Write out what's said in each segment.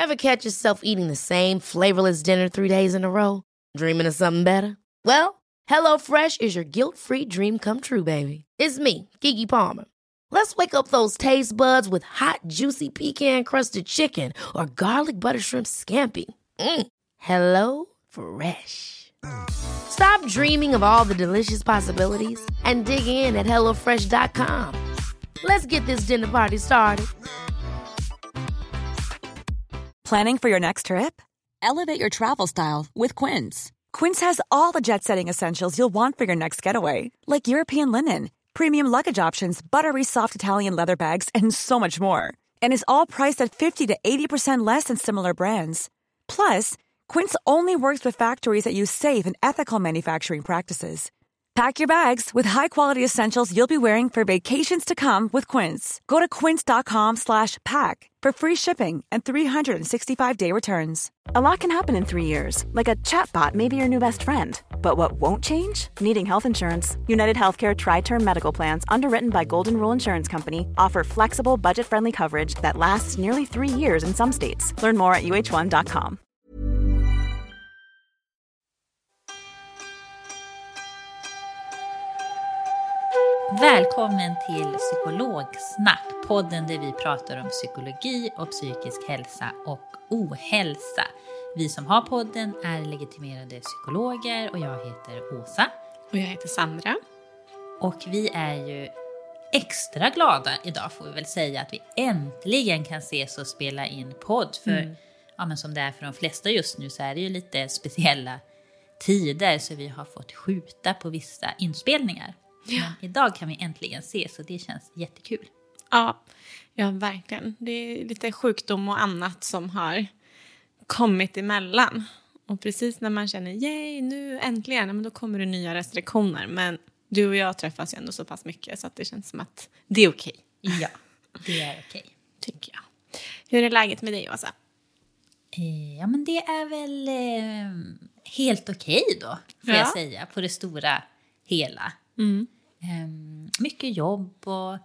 Ever catch yourself eating the same flavorless dinner 3 days in a row? Dreaming of something better? Well, HelloFresh is your guilt-free dream come true, baby. It's me, Keke Palmer. Let's wake up those taste buds with hot, juicy pecan-crusted chicken or garlic butter shrimp scampi. Hello Fresh. Stop dreaming of all the delicious possibilities and dig in at HelloFresh.com. Let's get this dinner party started. Planning for your next trip? Elevate your travel style with Quince. Quince has all the jet-setting essentials you'll want for your next getaway, like European linen, premium luggage options, buttery soft Italian leather bags, and so much more. And is all priced at 50 to 80% less than similar brands. Plus, Quince only works with factories that use safe and ethical manufacturing practices. Pack your bags with high-quality essentials you'll be wearing for vacations to come with Quince. Go to quince.com/pack for free shipping and 365-day returns. A lot can happen in 3 years, like a chatbot may be your new best friend. But what won't change? Needing health insurance. United Healthcare Tri-Term Medical Plans, underwritten by Golden Rule Insurance Company, offer flexible, budget-friendly coverage that lasts nearly 3 years in some states. Learn more at uh1.com. Välkommen till Psykologsnack, podden där vi pratar om psykologi och psykisk hälsa och ohälsa. Vi som har podden är legitimerade psykologer och jag heter Åsa. Och jag heter Sandra. Och vi är ju extra glada idag, får vi väl säga, att vi äntligen kan ses och spela in podd. För ja, men som det är för de flesta just nu så är det ju lite speciella tider, så vi har fått skjuta på vissa inspelningar. Ja. Men idag kan vi äntligen ses och det känns jättekul. Ja, verkligen. Det är lite sjukdom och annat som har kommit emellan. Och precis när man känner, yay, nu äntligen, men då kommer det nya restriktioner. Men du och jag träffas ju ändå så pass mycket så att det känns som att det är okej. Ja, det är okej. Tycker jag. Hur är läget med dig, Åsa? Ja, men det är väl helt okej då, får jag säga, på det stora hela. Mycket jobb och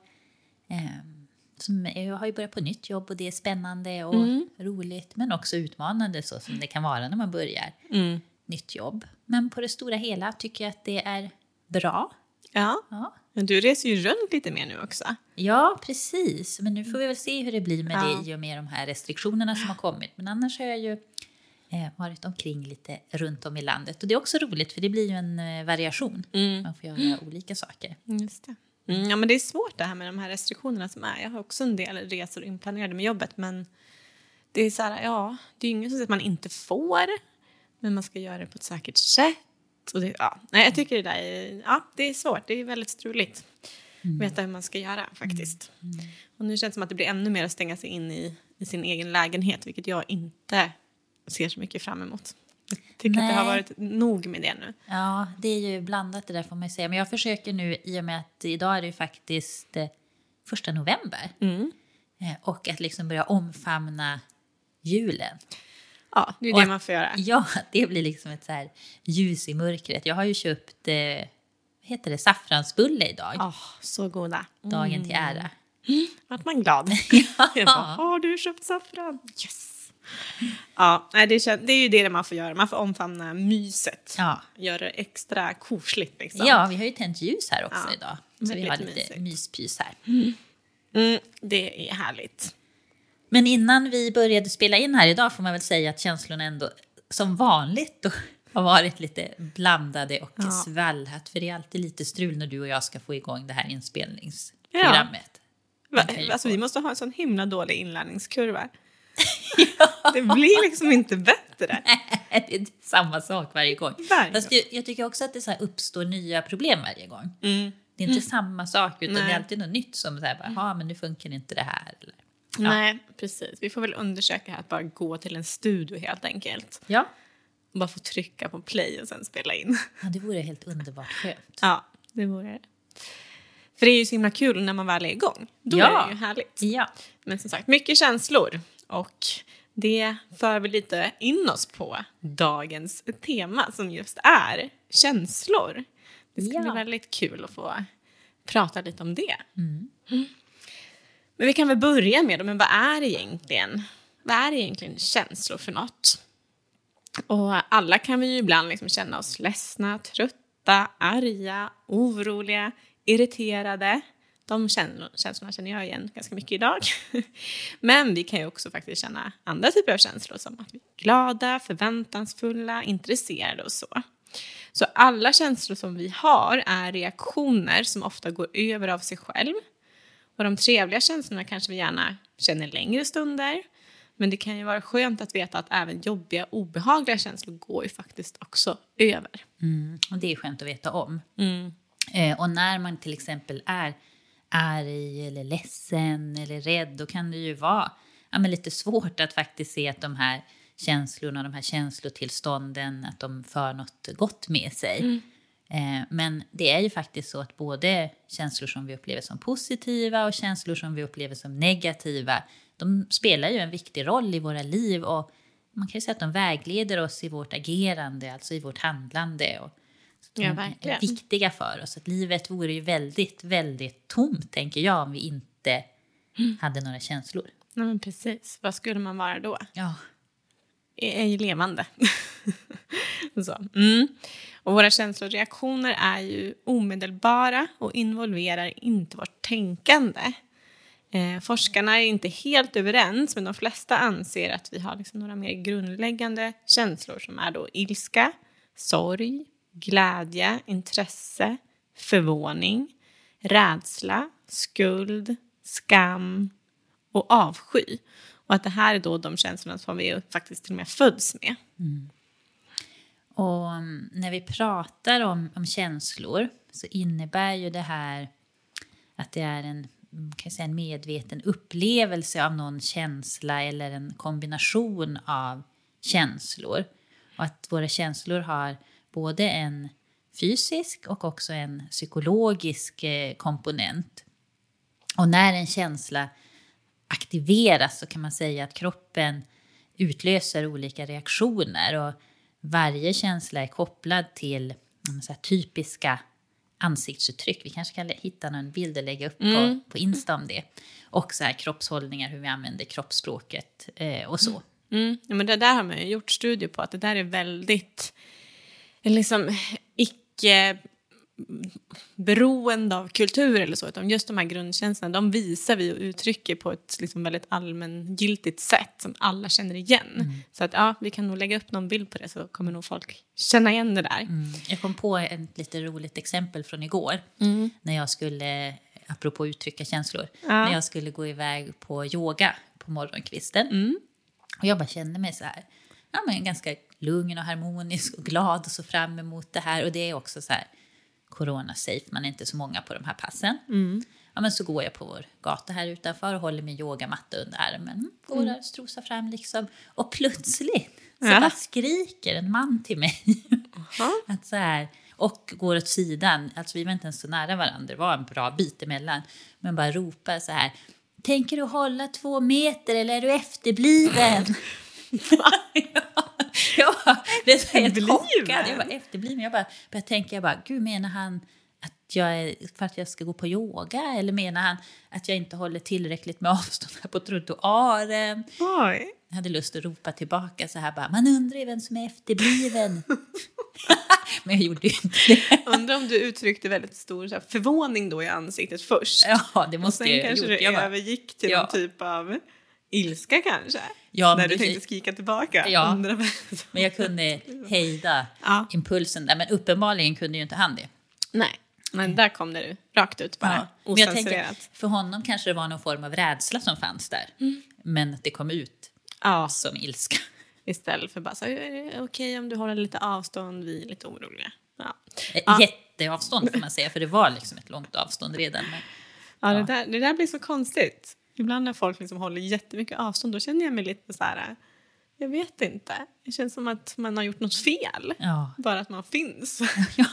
jag har ju börjat på nytt jobb och det är spännande och roligt, men också utmanande så som det kan vara när man börjar nytt jobb. Men på det stora hela tycker jag att det är bra. Ja. Men du reser ju runt lite mer nu också. Ja, precis. Men nu får vi väl se hur det blir med det i och med de här restriktionerna som har kommit. Men annars har jag ju varit omkring lite runt om i landet. Och det är också roligt för det blir ju en variation. Man får göra olika saker. Just det. Ja, men det är svårt det här med de här restriktionerna som är. Jag har också en del resor inplanerade med jobbet. Men det är så här, det är ju inget som säger att man inte får. Men man ska göra det på ett säkert sätt. Och det, nej, jag tycker det där är, det är svårt. Det är väldigt struligt. Veta hur man ska göra faktiskt. Och nu känns det som att det blir ännu mer att stänga sig in i sin egen lägenhet. Vilket jag inte ser så mycket fram emot. Jag tycker att det har varit nog med det nu. Ja, det är ju blandat det där får man säga. Men jag försöker nu, i och med att idag är det ju faktiskt 1 november. Och att liksom börja omfamna julen. Ja, det är det man får göra. Ja, det blir liksom ett så här ljus i mörkret. Jag har ju köpt, saffransbulle idag. Så goda. Dagen till ära. Vart man glad. Jag bara, har du köpt saffran? Yes. Ja, det är ju det man får göra. Man får omfamna myset. Ja. Göra det extra korsligt liksom. Ja, vi har ju tänt ljus här också idag. Så vi har lite myspys här. Det är härligt. Men innan vi började spela in här idag får man väl säga att känslorna ändå som vanligt då har varit lite blandade och svallat. För det är alltid lite strul när du och jag ska få igång det här inspelningsprogrammet. Alltså vi måste ha en sån himla dålig inlärningskurva. Det blir liksom inte bättre. Nej, det är samma sak varje gång. Fast jag tycker också att det så här uppstår nya problem varje gång. Det är inte samma sak utan det är alltid något nytt som så här, men nu funkar inte det här. Eller, Nej, precis. Vi får väl undersöka här att bara gå till en studio helt enkelt. Ja. Och bara få trycka på play och sen spela in. Ja, det vore helt underbart skönt. Ja, det vore det. För det är ju så himla kul när man väl är igång. Då är det ju härligt. Ja. Men som sagt, mycket känslor. Och det för vi lite in oss på dagens tema som just är känslor. Det ska bli väldigt kul att få prata lite om det. Men vi kan väl börja med, men vad är egentligen vad är egentligen känslor för något? Och alla kan vi ju ibland liksom känna oss ledsna, trötta, arga, oroliga, irriterade. De känslorna känner jag igen ganska mycket idag. Men vi kan ju också faktiskt känna andra typer av känslor, som att vi är glada, förväntansfulla, intresserade och så. Så alla känslor som vi har är reaktioner som ofta går över av sig själv. Och de trevliga känslorna kanske vi gärna känner längre stunder. Men det kan ju vara skönt att veta att även jobbiga, obehagliga känslor går ju faktiskt också över. Och det är skönt att veta om. Och när man till exempel är arg eller ledsen eller rädd, då kan det ju vara lite svårt att faktiskt se att de här känslorna, de här känslotillstånden, att de för något gott med sig. Men det är ju faktiskt så att både känslor som vi upplever som positiva och känslor som vi upplever som negativa, de spelar ju en viktig roll i våra liv, och man kan ju säga att de vägleder oss i vårt agerande, alltså i vårt handlande, och de är viktiga för oss. Att livet vore ju väldigt, väldigt tomt, tänker jag, om vi inte hade några känslor. Nej, men precis. Vad skulle man vara då? Ja. Är ju levande. Så. Och våra känsloreaktioner är ju omedelbara och involverar inte vårt tänkande. Forskarna är inte helt överens, men de flesta anser att vi har liksom några mer grundläggande känslor, som är då ilska, sorg, glädje, intresse, förvåning, rädsla, skuld, skam och avsky. Och att det här är då de känslorna som vi faktiskt till och med föds med. Och när vi pratar om känslor, så innebär ju det här att det är en medveten upplevelse av någon känsla eller en kombination av känslor. Och att våra känslor har både en fysisk och också en psykologisk komponent. Och när en känsla aktiveras, så kan man säga att kroppen utlöser olika reaktioner, och varje känsla är kopplad till så här typiska ansiktsuttryck. Vi kanske kan hitta någon bild och lägga upp på Insta om det. Och så här kroppshållningar, hur vi använder kroppsspråket och så. Ja, men det där har man ju gjort studier på, att det där är väldigt liksom icke beroende av kultur eller så, utan just de här grundkänslorna, de visar vi och uttrycker på ett liksom väldigt allmängiltigt sätt som alla känner igen. Så att vi kan nog lägga upp någon bild på det, så kommer nog folk känna igen det där. Jag kom på ett lite roligt exempel från igår, när jag skulle, apropå uttrycka känslor, när jag skulle gå iväg på yoga på morgonkvisten. Och jag bara kände mig så här, men ganska lugn och harmonisk och glad och så fram emot det här. Och det är också så här corona-safe, man är inte så många på de här passen. Men så går jag på vår gata här utanför och håller min yogamatta under armen. Går där och strosar fram liksom. Och plötsligt så bara skriker en man till mig. Att så här, och går åt sidan. Alltså vi var inte ens så nära varandra, det var en bra bit emellan. Men bara ropar så här: tänker du hålla 2 meter eller är du efterbliven? Det är helt chockad. Jag var efterbliven. Jag började tänka, gud, menar han att jag är för att jag ska gå på yoga? Eller menar han att jag inte håller tillräckligt med avstånd här på trottoaren? Oj. Jag hade lust att ropa tillbaka så här, man undrar ju vem som är efterbliven. Men jag gjorde ju inte det. Undrar om du uttryckte väldigt stor så här, förvåning då i ansiktet först. Ja, det måste jag ha gjort. Och sen kanske du övergick till någon typ av ilska kanske. Ja, när du tänkte skrika tillbaka. Ja, men jag kunde hejda impulsen där. Men uppenbarligen kunde ju inte han det. Nej, men där kom det rakt ut bara. Men jag tänker, för honom kanske det var någon form av rädsla som fanns där. Men att det kom ut som ilska. Istället för bara så, okej, om du håller lite avstånd, vi är lite oroliga. Jätteavstånd får man säga, för det var liksom ett långt avstånd redan. Men, det där blir så konstigt. Ibland när folk liksom håller jättemycket avstånd, då känner jag mig lite så här, jag vet inte. Det känns som att man har gjort något fel. Bara att man finns.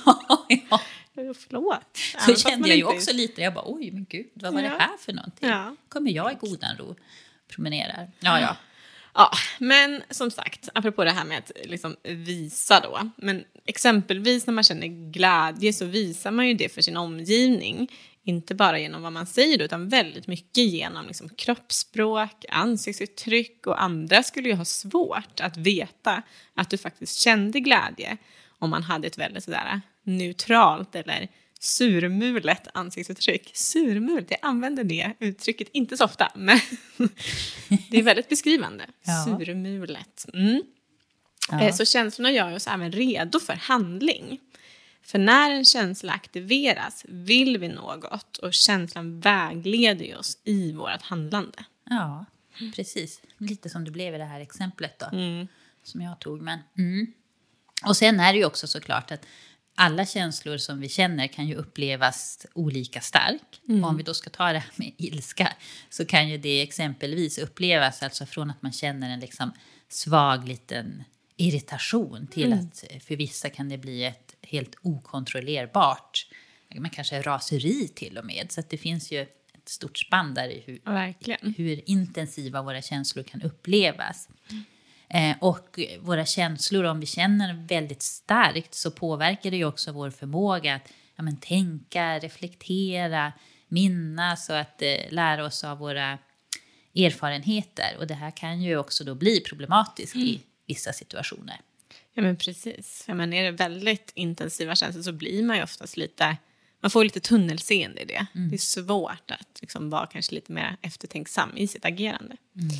Förlåt. Så kände jag ju också lite. Jag bara, oj men gud, vad var det här för någonting? Kommer jag i godan ro promenerar? Ja, men som sagt, apropå det här med att liksom visa då. Men exempelvis när man känner glädje så visar man ju det för sin omgivning. Inte bara genom vad man säger då, utan väldigt mycket genom liksom kroppsspråk, ansiktsuttryck, och andra skulle ju ha svårt att veta att du faktiskt kände glädje om man hade ett väldigt sådär neutralt eller surmulet ansiktsuttryck. Surmulet, jag använder det uttrycket inte så ofta, men det är väldigt beskrivande. Ja. Surmulet. Ja. Så känslorna gör oss även redo för handling. För när en känsla aktiveras vill vi något, och känslan vägleder oss i vårt handlande. Ja, precis. Lite som det blev i det här exemplet då, som jag tog. Men, Och sen är det ju också såklart att alla känslor som vi känner kan ju upplevas olika stark. Om vi då ska ta det här med ilska, så kan ju det exempelvis upplevas alltså från att man känner en liksom svag liten irritation till att för vissa kan det bli ett helt okontrollerbart, man kanske raseri till och med. Så att det finns ju ett stort spann där i hur intensiva våra känslor kan upplevas. Och våra känslor, om vi känner väldigt starkt, så påverkar det ju också vår förmåga att tänka, reflektera, minnas och att lära oss av våra erfarenheter. Och det här kan ju också då bli problematiskt i vissa situationer. Ja, men precis. Är det väldigt intensiva känslor så blir man ju oftast man får lite tunnelseende i det. Det är svårt att liksom vara kanske lite mer eftertänksam i sitt agerande.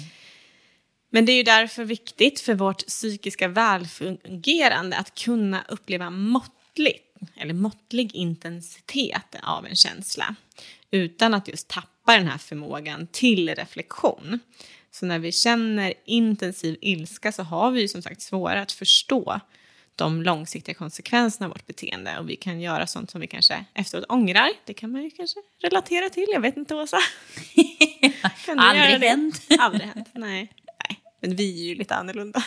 Men det är ju därför viktigt för vårt psykiska välfungerande att kunna uppleva måttlig intensitet av en känsla, utan att just tappa den här förmågan till reflektion. Så när vi känner intensiv ilska så har vi ju som sagt svårare att förstå de långsiktiga konsekvenserna av vårt beteende. Och vi kan göra sånt som vi kanske efteråt ångrar. Det kan man ju kanske relatera till. Jag vet inte, Åsa. Aldrig hänt. Aldrig hänt, nej. Men vi är ju lite annorlunda.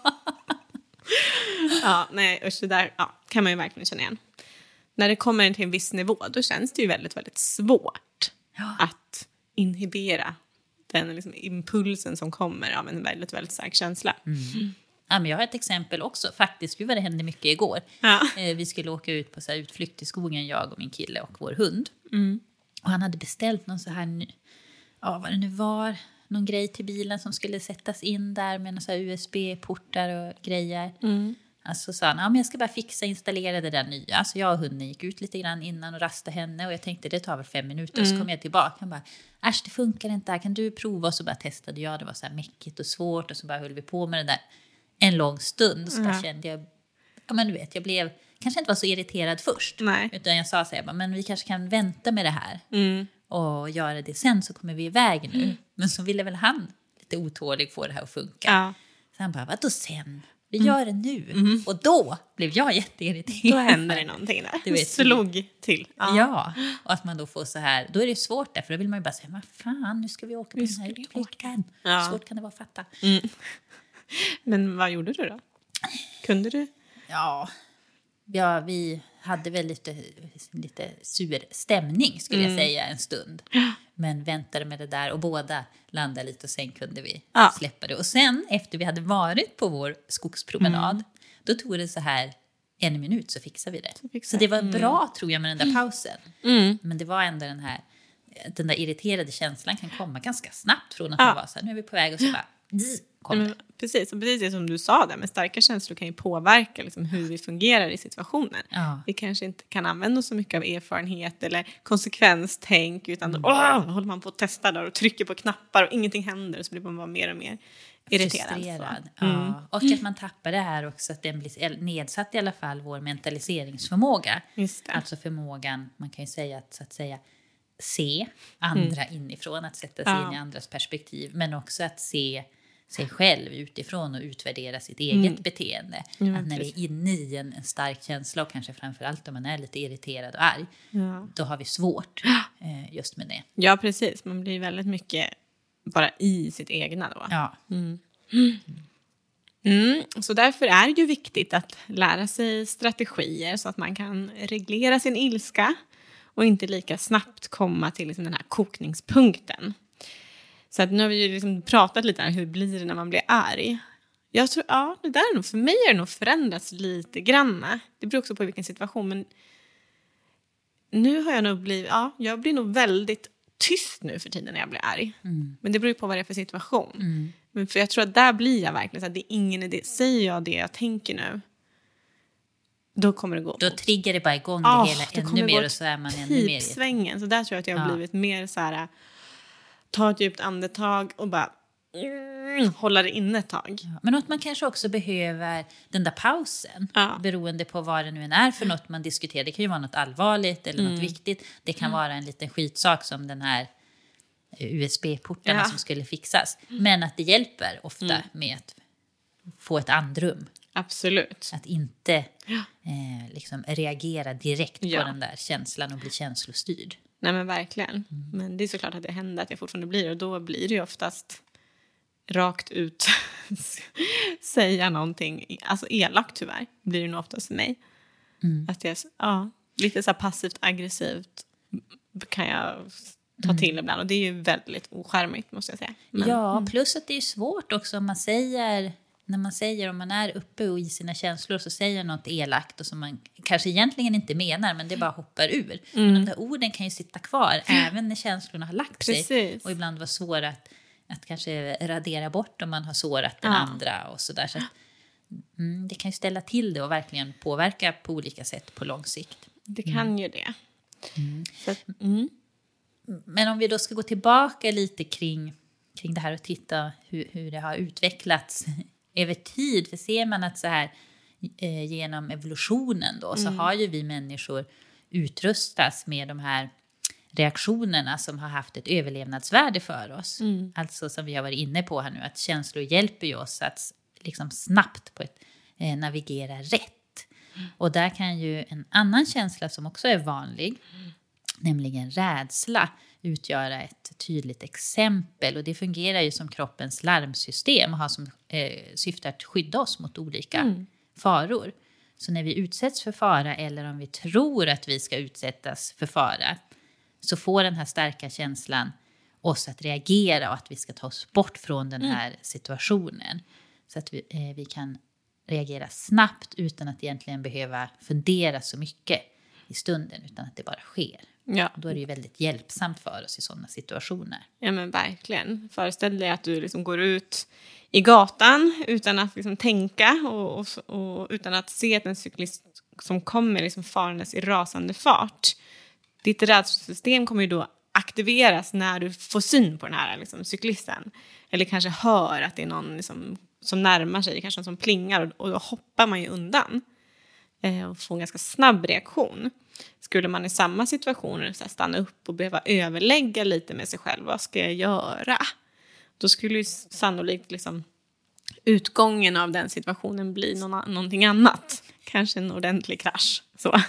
Så där kan man ju verkligen känna igen. När det kommer till en viss nivå, då känns det ju väldigt, väldigt svårt att inhibera den liksom impulsen som kommer av en väldigt, väldigt stark känsla. Ja, men jag har ett exempel också. Faktiskt, det hände mycket igår. Vi skulle åka ut på utflykt i skogen, jag och min kille och vår hund. Och han hade beställt någon så här, vad det nu var, någon grej till bilen som skulle sättas in där med några USB-portar och grejer. Alltså sa han, men jag ska bara installera det där nya. Så jag och hunden gick ut lite grann innan och rastade henne. Och jag tänkte, det tar väl 5 minuter. Så kom jag tillbaka. Han bara, det funkar inte här. Kan du prova? Och så bara testade jag. Det var så här mäckigt och svårt. Och så bara höll vi på med det där en lång stund. Så bara kände jag, jag blev kanske inte var så irriterad först. Nej. Utan jag sa så här, men vi kanske kan vänta med det här. Och göra det sen, så kommer vi iväg nu. Men så ville väl han lite otålig få det här att funka. Så han bara, vadå sen? Vi gör det nu. Och då blev jag jätteirriterad. Då händer det någonting där. Du vet, slog till. Ja, och att man då får så här, då är det svårt där, för då vill man ju bara säga, vad fan, nu ska vi åka på den här utflykten. Svårt kan det vara att fatta. Men vad gjorde du då? Kunde du? Ja, vi hade väl lite sur stämning skulle jag säga en stund. Men väntade med det där och båda landade lite och sen kunde vi släppa det. Och sen efter vi hade varit på vår skogspromenad, då tog det så här 1 minut så fixade vi det. Så det var bra tror jag med den där pausen. Men det var ändå den där irriterade känslan kan komma ganska snabbt från att man var så här, nu är vi på väg och så bara... Precis, och precis som du sa där, men starka känslor kan ju påverka liksom hur vi fungerar i situationen. Vi kanske inte kan använda så mycket av erfarenhet eller konsekvenstänk, utan då håller man på att testa där och trycker på knappar och ingenting händer, och så blir man bara mer och mer irriterad. Och att man tappar det här också, att den blir nedsatt i alla fall, vår mentaliseringsförmåga. Alltså förmågan, man kan ju säga att så att säga se andra inifrån, att sätta sig in i andras perspektiv, men också att se sig själv utifrån och utvärdera sitt eget beteende. Att när vi är inne i en stark känsla, och kanske framförallt om man är lite irriterad och arg, då har vi svårt just med det. Ja, precis. Man blir väldigt mycket bara i sitt egna då. Så därför är det ju viktigt att lära sig strategier så att man kan reglera sin ilska och inte lika snabbt komma till liksom den här kokningspunkten. Så att nu har vi ju liksom pratat lite om hur blir det när man blir arg. Jag tror, det där är nog, för mig är det nog förändrats lite grann. Det beror också på vilken situation. Men nu har jag nog blivit, jag blir nog väldigt tyst nu för tiden när jag blir arg. Men det beror ju på vad det är för situation. Men för jag tror att där blir jag verkligen så att det är ingen idé. Säger jag det jag tänker nu, då kommer det gå. Då triggar det bara igång det hela ännu mer och så är man ännu mer. Svängen. Så där tror jag att jag har blivit mer så här, ta ett djupt andetag och bara hålla det inne ett tag. Ja, men att man kanske också behöver den där pausen. Beroende på vad det nu än är för något man diskuterar. Det kan ju vara något allvarligt eller något viktigt. Det kan vara en liten skitsak som den här USB-portarna som skulle fixas. Men att det hjälper ofta med att få ett andrum. Absolut. Att inte liksom reagera direkt på den där känslan och bli känslostyrd. Nej men verkligen. Men det är såklart att det händer att jag fortfarande blir. Och då blir det ju oftast rakt ut säga någonting. Alltså elakt tyvärr blir det nog oftast för mig. Att jag, lite så här passivt aggressivt kan jag ta till ibland. Och det är ju väldigt ocharmigt måste jag säga. Men, plus att det är svårt också om man säger... När man säger, om man är uppe och i sina känslor så säger något elakt och som man kanske egentligen inte menar men det bara hoppar ur. Men de där orden kan ju sitta kvar även när känslorna har lagt sig. Och ibland vara svåra att kanske radera bort om man har sårat den andra och sådär. Så att, det kan ju ställa till det och verkligen påverka på olika sätt på lång sikt. Det kan ju det. Så att, Men om vi då ska gå tillbaka lite kring det här och titta hur det har utvecklats över tid. För ser man att så här genom evolutionen då så har ju vi människor utrustats med de här reaktionerna som har haft ett överlevnadsvärde för oss. Alltså som vi har varit inne på här nu, att känslor hjälper ju oss att liksom snabbt på ett navigera rätt. Och där kan ju en annan känsla som också är vanlig, nämligen rädsla, utgöra ett tydligt exempel. Och det fungerar ju som kroppens larmsystem och har som syfte att skydda oss mot olika faror. Så när vi utsätts för fara eller om vi tror att vi ska utsättas för fara så får den här starka känslan oss att reagera och att vi ska ta oss bort från den här situationen. Så att vi kan reagera snabbt utan att egentligen behöva fundera så mycket i stunden utan att det bara sker. Ja. Då är det ju väldigt hjälpsamt för oss i sådana situationer. Ja men verkligen. Föreställ dig att du liksom går ut i gatan utan att liksom tänka och utan att se att en cyklist som kommer liksom farandes i rasande fart. Ditt rädslosystem kommer ju då aktiveras när du får syn på den här liksom, cyklisten. Eller kanske hör att det är någon liksom, som närmar sig, kanske någon som plingar och då hoppar man ju undan. Och får en ganska snabb reaktion. Skulle man i samma situation så här, stanna upp och behöva överlägga lite med sig själv. Vad ska jag göra? Då skulle ju sannolikt liksom, utgången av den situationen bli någonting annat. Kanske en ordentlig krasch. Så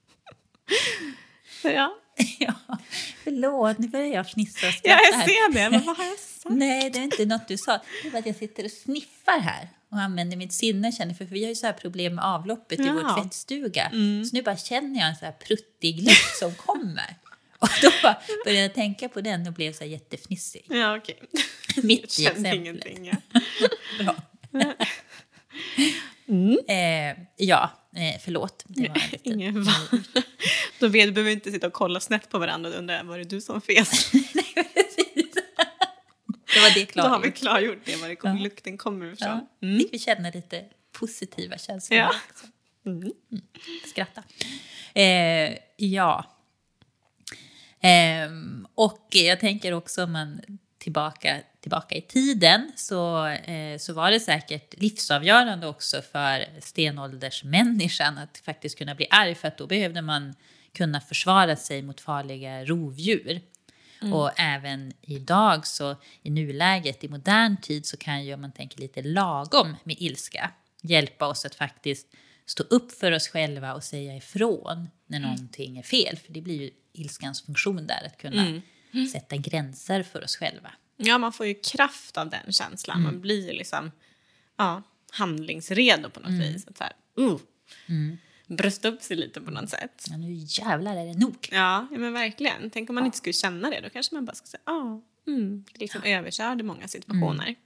ja. Ja, förlåt, nu börjar jag fnissa och skratta. Ja, jag ser det. Men vad har jag sagt? Nej, det är inte något du sa. Det är att jag sitter och sniffar här. Och använder mitt sinne, för vi har ju så här problem med avloppet i vår tvättstuga. Så nu bara känner jag en så här pruttig lukt som kommer. Och då började jag tänka på den och blev så här jättefnissig. Ja, okej. Mitt i exemplet. Ingenting, ja. Bra. Förlåt. Det var lite... Ingen Då behöver vi inte sitta och kolla snett på varandra och undra, var det du som fes? Nej, precis. Det var det klargjort. Då har vi klargjort det, var lukten kommer ifrån. Ja. Fick vi känna lite positiva känslor. Ja. Skratta. Och jag tänker också om man tillbaka i tiden så var det säkert livsavgörande också för stenåldersmänniskan att faktiskt kunna bli arg, för att då behövde man kunna försvara sig mot farliga rovdjur. Och även idag så i nuläget, i modern tid, så kan ju, om man tänker lite lagom med ilska, hjälpa oss att faktiskt stå upp för oss själva och säga ifrån när någonting är fel. För det blir ju ilskans funktion där, att kunna sätta gränser för oss själva. Ja, man får ju kraft av den känslan. Man blir liksom handlingsredo på något vis. Att så här, brösta upp sig lite på något sätt. Ja, nu jävlar är det nog. Ja, men verkligen. Tänk om man inte skulle känna det. Då kanske man bara ska säga, liksom överkörd i många situationer.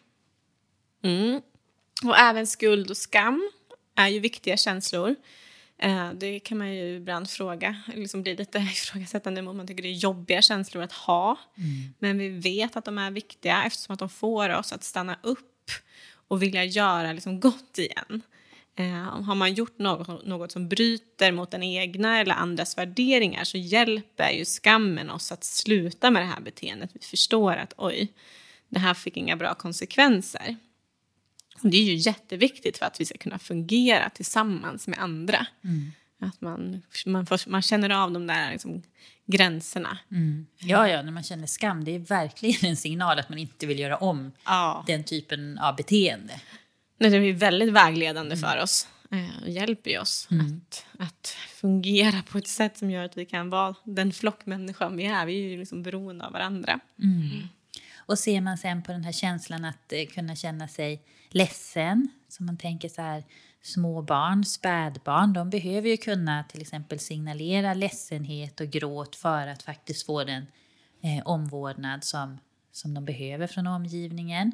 Och även skuld och skam är ju viktiga känslor. Det kan man ju ibland fråga, liksom bli lite ifrågasättande om man tycker det är jobbiga känslor att ha. Men vi vet att de är viktiga eftersom att de får oss att stanna upp och vilja göra liksom gott igen. Har man gjort något som bryter mot den egna eller andras värderingar så hjälper ju skammen oss att sluta med det här beteendet. Vi förstår att oj, det här fick inga bra konsekvenser. Och det är ju jätteviktigt för att vi ska kunna fungera tillsammans med andra. Att man känner av de där liksom gränserna. Ja, när man känner skam, det är verkligen en signal att man inte vill göra om den typen av beteende. Det är väldigt vägledande för oss och hjälper ju oss att fungera på ett sätt som gör att vi kan vara den flockmänniskan vi är. Vi är ju liksom beroende av varandra. Och ser man sen på den här känslan att kunna känna sig ledsen, som man tänker så här, små barn, spädbarn, de behöver ju kunna till exempel signalera ledsenhet och gråt för att faktiskt få den omvårdnad som de behöver från omgivningen.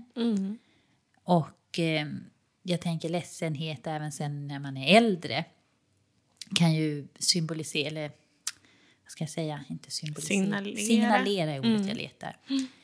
Och jag tänker ledsenhet även sen när man är äldre kan ju symbolisera, eller vad ska jag säga, inte symbolisera, signalera är ordet jag letar.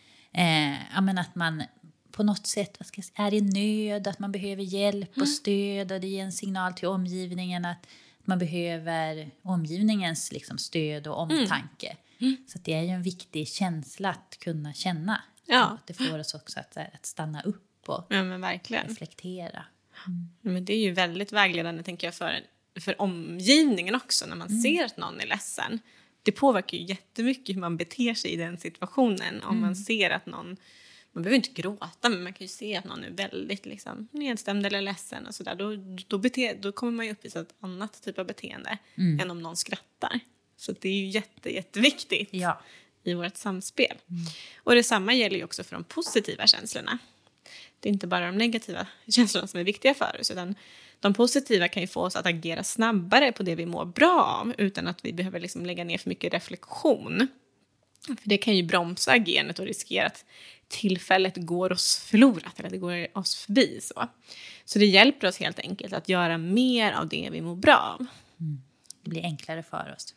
Men att man på något sätt är i nöd, att man behöver hjälp och stöd, och det ger en signal till omgivningen att man behöver omgivningens liksom stöd och omtanke. Så att det är ju en viktig känsla att kunna känna. Att det får oss också att stanna upp och reflektera. Men det är ju väldigt vägledande, tänker jag, för omgivningen också, när man ser att någon är ledsen. Det påverkar ju jättemycket hur man beter sig i den situationen. Om man ser att någon, man behöver inte gråta, men man kan ju se att någon är väldigt liksom nedstämd eller ledsen och sådär. Då kommer man ju uppvisa ett annat typ av beteende än om någon skrattar. Så det är ju jätteviktigt i vårt samspel. Och detsamma gäller ju också för de positiva känslorna. Det är inte bara de negativa känslorna som är viktiga för oss, utan de positiva kan ju få oss att agera snabbare på det vi mår bra av, utan att vi behöver liksom lägga ner för mycket reflektion. För det kan ju bromsa agerandet och riskera att tillfället går oss förlorat, eller det går oss förbi. Så det hjälper oss helt enkelt att göra mer av det vi mår bra av. Det blir enklare för oss.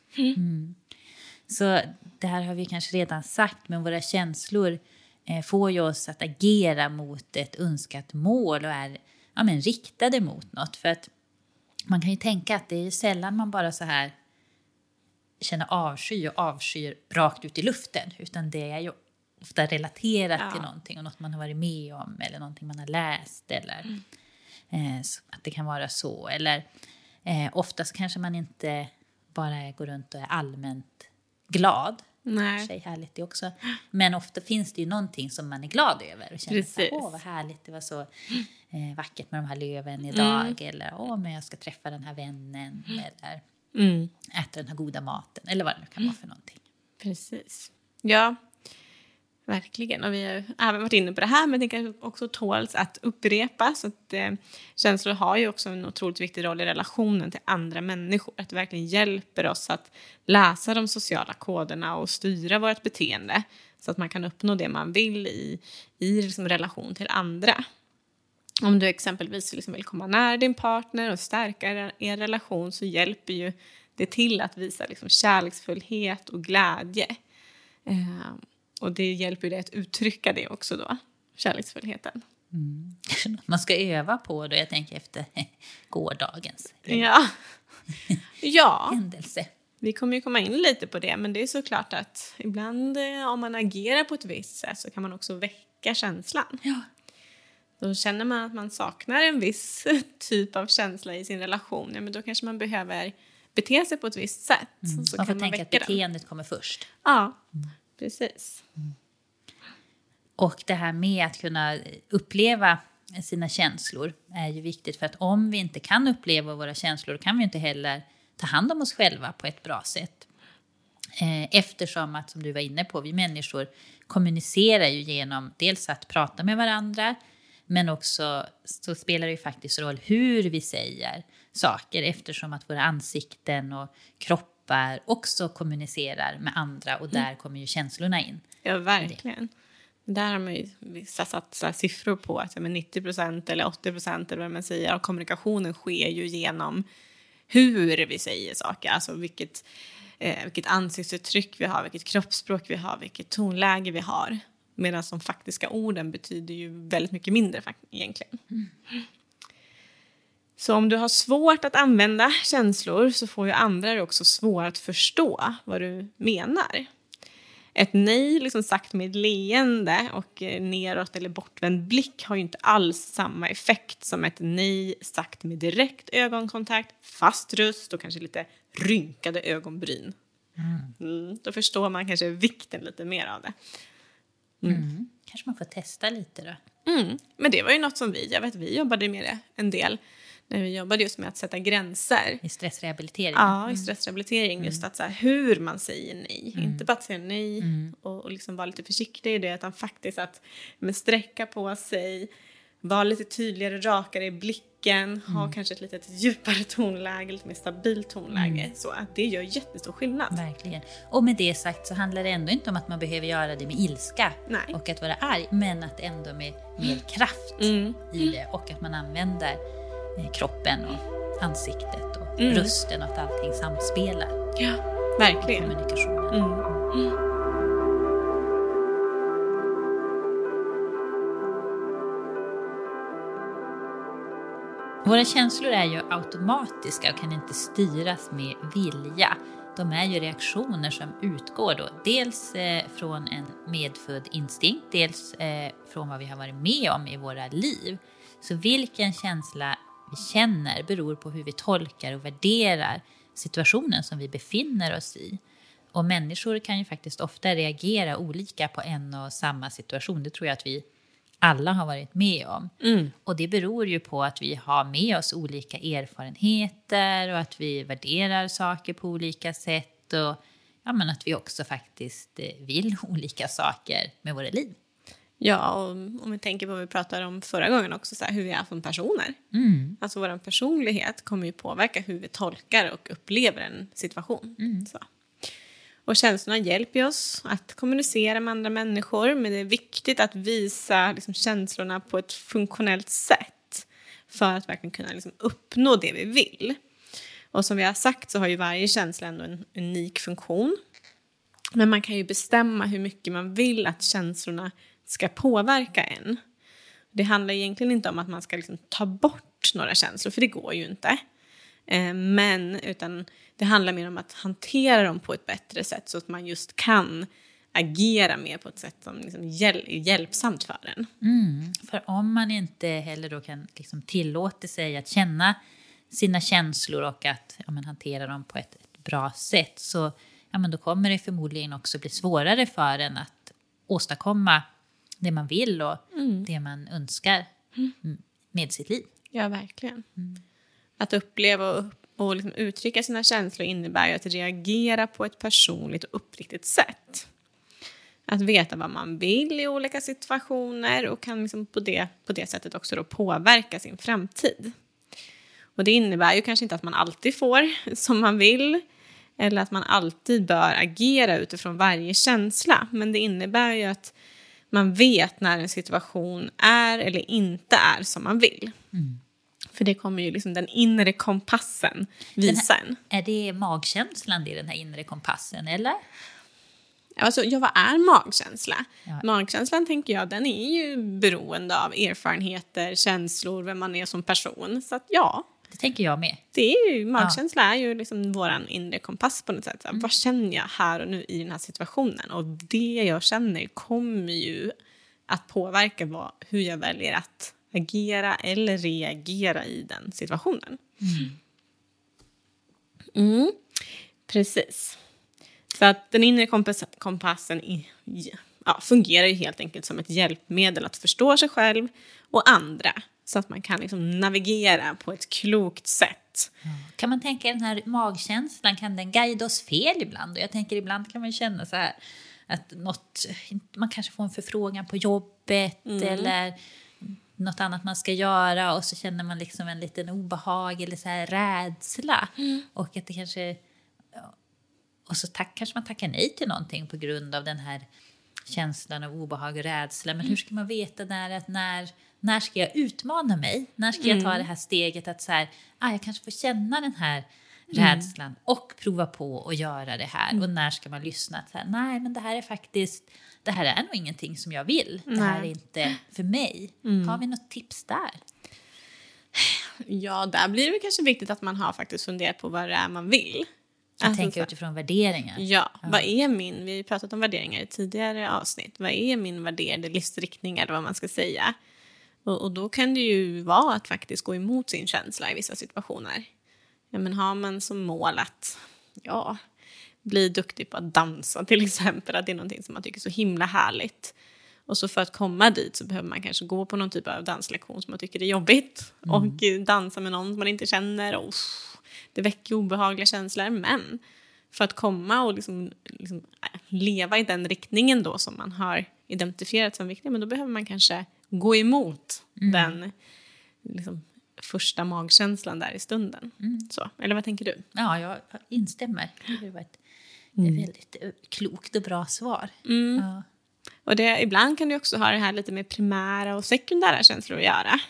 Så det här har vi kanske redan sagt, men våra känslor får ju oss att agera mot ett önskat mål och är riktade mot något. För att man kan ju tänka att det är sällan man bara så här känner avskyr rakt ut i luften, utan det är ju ofta relaterat till någonting och något man har varit med om eller någonting man har läst eller att det kan vara så. Eller oftast kanske man inte bara går runt och är allmänt glad. Nej. Sig härligt det också. Men ofta finns det ju någonting som man är glad över och känner så, vad härligt, det var så vackert med de här löven idag, eller men jag ska träffa den här vännen eller äta den här goda maten eller vad det nu kan vara för någonting. Precis. Ja, verkligen. Och vi har även varit inne på det här, men det kan också tåls att upprepa. Så att känslor har ju också en otroligt viktig roll i relationen till andra människor. Att det verkligen hjälper oss att läsa de sociala koderna och styra vårt beteende. Så att man kan uppnå det man vill i liksom relation till andra. Om du exempelvis liksom vill komma nära din partner och stärka er relation, så hjälper ju det till att visa liksom kärleksfullhet och glädje. Och det hjälper ju dig att uttrycka det också då, kärleksfullheten. Man ska öva på det, jag tänker efter gårdagens händelse. Vi kommer ju komma in lite på det, men det är såklart att ibland om man agerar på ett visst sätt så kan man också väcka känslan. Ja. Då känner man att man saknar en viss typ av känsla i sin relation. Ja, men då kanske man behöver bete sig på ett visst sätt. Så man får kan man tänka att beteendet kommer först. Ja, precis. Och det här med att kunna uppleva sina känslor är ju viktigt. För att om vi inte kan uppleva våra känslor, kan vi inte heller ta hand om oss själva på ett bra sätt. Eftersom att, som du var inne på, vi människor kommunicerar ju genom dels att prata med varandra, men också så spelar det ju faktiskt roll hur vi säger saker, eftersom att våra ansikten och kroppar också kommunicerar med andra, och där kommer ju känslorna in. Ja, verkligen. Där har man ju satt siffror på att 90% eller 80% eller vad man säger av kommunikationen sker ju genom hur vi säger saker. Alltså vilket ansiktsuttryck vi har, vilket kroppsspråk vi har, vilket tonläge vi har. Medan de faktiska orden betyder ju väldigt mycket mindre egentligen. Så om du har svårt att använda känslor så får ju andra också svårt att förstå vad du menar. Ett nej liksom sagt med leende och neråt eller bortvänd blick har ju inte alls samma effekt som ett nej sagt med direkt ögonkontakt, fast röst och kanske lite rynkade ögonbryn. Då förstår man kanske vikten lite mer av det. Kanske man får testa lite då. Men det var ju något som vi jobbade med det en del. När vi jobbade just med att sätta gränser. I stressrehabilitering. Ja, i stressrehabilitering. Just att så här, hur man säger nej. Inte bara att säga nej och liksom vara lite försiktig i det. Utan faktiskt att sträcka på sig. Vara lite tydligare, rakare i blicken. Ha kanske ett lite djupare tonläge. Lite mer stabilt tonläge. Så att det gör jättestor skillnad. Verkligen. Och med det sagt så handlar det ändå inte om att man behöver göra det med ilska. Nej. Och att vara arg. Men att ändå med mer kraft i det. Och att man använder kroppen och ansiktet och rösten och att allting samspelar. Ja, verkligen. Kommunikationen. Våra känslor är ju automatiska och kan inte styras med vilja. De är ju reaktioner som utgår då dels från en medfödd instinkt, dels från vad vi har varit med om i våra liv. Så vilken känsla vi känner beror på hur vi tolkar och värderar situationen som vi befinner oss i. Och människor kan ju faktiskt ofta reagera olika på en och samma situation. Det tror jag att vi alla har varit med om. Och det beror ju på att vi har med oss olika erfarenheter och att vi värderar saker på olika sätt. Och men att vi också faktiskt vill olika saker med våra liv. Ja, och om vi tänker på vad vi pratade om förra gången också, så här, hur vi är som personer. Alltså vår personlighet kommer ju påverka hur vi tolkar och upplever en situation. Så. Och känslorna hjälper oss att kommunicera med andra människor, men det är viktigt att visa liksom, känslorna på ett funktionellt sätt för att verkligen kunna liksom, uppnå det vi vill. Och som vi har sagt så har ju varje känsla ändå en unik funktion. Men man kan ju bestämma hur mycket man vill att känslorna ska påverka en. Det handlar egentligen inte om att man ska liksom ta bort några känslor, för det går ju inte. Utan det handlar mer om att hantera dem på ett bättre sätt så att man just kan agera mer på ett sätt som liksom är hjälpsamt för en. För om man inte heller då kan liksom tillåta sig att känna sina känslor och att hantera dem på ett bra sätt, så då kommer det förmodligen också bli svårare för en att åstadkomma det man vill och det man önskar med sitt liv. Ja, verkligen. Att uppleva och liksom uttrycka sina känslor innebär ju att reagera på ett personligt och uppriktigt sätt. Att veta vad man vill i olika situationer och kan liksom på det sättet också då påverka sin framtid. Och det innebär ju kanske inte att man alltid får som man vill eller att man alltid bör agera utifrån varje känsla. Men det innebär ju att man vet när en situation är eller inte är som man vill. För det kommer ju liksom den inre kompassen visa en. Är det magkänslan, det är den här inre kompassen, eller? Alltså, vad är magkänsla? Ja. Magkänslan tänker jag, den är ju beroende av erfarenheter, känslor, vem man är som person. Så att ja. Det tänker jag med. Magkänsla är ju liksom våran inre kompass på något sätt. Vad känner jag här och nu i den här situationen? Och det jag känner kommer ju att påverka hur jag väljer att agera eller reagera i den situationen. Precis. Så att den inre kompassen fungerar ju helt enkelt som ett hjälpmedel att förstå sig själv och andra. Så att man kan liksom navigera på ett klokt sätt. Kan man tänka den här magkänslan, kan den guida oss fel ibland? Och jag tänker ibland kan man känna så här att man kanske får en förfrågan på jobbet eller något annat man ska göra och så känner man liksom en liten obehag eller så här rädsla. Och att det kanske... Och så kanske man tackar nej till någonting på grund av den här känslan av obehag och rädsla. Men hur ska man veta när när ska jag utmana mig? När ska jag ta det här steget att så här, jag kanske får känna den här rädslan och prova på att göra det här. Och när ska man lyssna att så här, nej men det här är nog ingenting som jag vill. Det här är inte för mig. Har vi något tips där? Ja, där blir det kanske viktigt att man har faktiskt funderat på vad det är man vill. Jag tänker utifrån värderingar. Ja, vad är vi har ju pratat om värderingar i tidigare avsnitt. Vad är min värderade livsriktning eller vad man ska säga? Och då kan det ju vara att faktiskt gå emot sin känsla i vissa situationer. Ja, men har man som mål att bli duktig på att dansa till exempel, att det är någonting som man tycker är så himla härligt. Och så för att komma dit så behöver man kanske gå på någon typ av danslektion som man tycker är jobbigt. Och dansa med någon som man inte känner. Och det väcker obehagliga känslor. Men för att komma och liksom leva i den riktningen då som man har identifierat som viktig. Men då behöver man kanske gå emot den liksom, första magkänslan där i stunden. Så, eller vad tänker du? Ja, jag instämmer. Det var ett väldigt klokt och bra svar. Ja. Och ibland kan du också ha det här lite med primära och sekundära känslor att göra.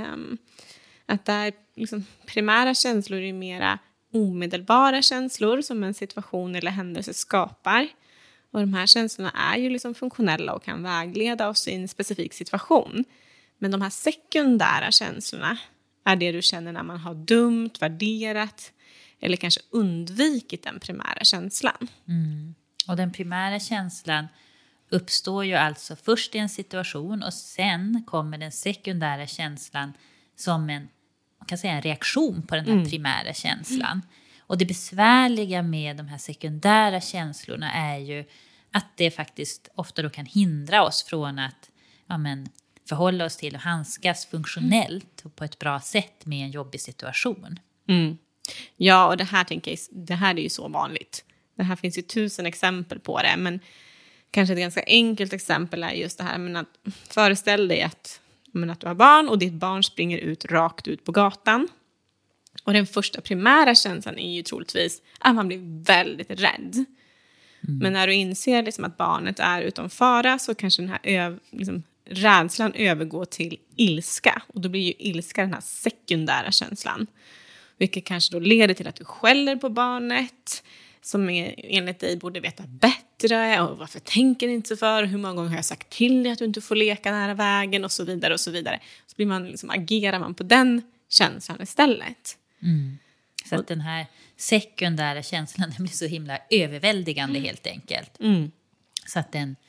Att där liksom, primära känslor är mera omedelbara känslor som en situation eller händelse skapar. Och de här känslorna är ju liksom funktionella och kan vägleda oss i en specifik situation. Men de här sekundära känslorna är det du känner när man har dömt, värderat eller kanske undvikit den primära känslan. Och den primära känslan uppstår ju alltså först i en situation och sen kommer den sekundära känslan som en reaktion på den här primära känslan. Och det besvärliga med de här sekundära känslorna är ju att det faktiskt ofta då kan hindra oss från att förhålla oss till och handskas funktionellt och på ett bra sätt med en jobbig situation. Ja, och det här är ju så vanligt. Det här finns ju 1000 exempel på det, men kanske ett ganska enkelt exempel är just det här med att föreställ dig att du har barn och ditt barn springer rakt ut på gatan. Och den första primära känslan är ju troligtvis att man blir väldigt rädd. Men när du inser liksom att barnet är utom fara så kanske den här rädslan övergår till ilska. Och då blir ju ilska den här sekundära känslan. Vilket kanske då leder till att du skäller på barnet som enligt dig borde veta bättre. Och varför tänker ni inte så för? Hur många gånger har jag sagt till dig att du inte får leka nära vägen? Och så vidare och så vidare. Så blir man agerar man på den känslan istället. Så att den här sekundära känslan den blir så himla överväldigande helt enkelt. Så att den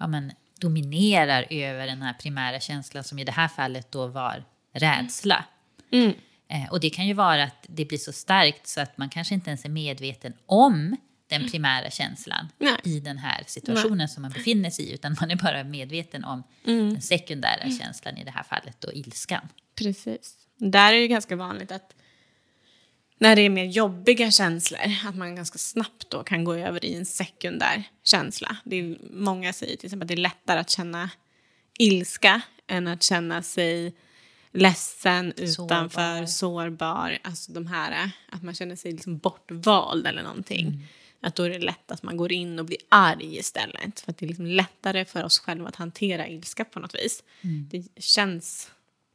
dominerar över den här primära känslan som i det här fallet då var rädsla. Och det kan ju vara att det blir så starkt så att man kanske inte ens är medveten om den primära känslan i den här situationen som man befinner sig i. Utan man är bara medveten om den sekundära känslan i det här fallet då ilskan. Precis. Där är det ganska vanligt att när det är mer jobbiga känslor att man ganska snabbt då kan gå över i en sekundär känsla. Många säger till exempel att det är lättare att känna ilska än att känna sig ledsen, utanför, sårbar. Alltså de här, att man känner sig liksom bortvald eller någonting. Att då är det lätt att man går in och blir arg istället. För att det är liksom lättare för oss själva att hantera ilska på något vis. Det känns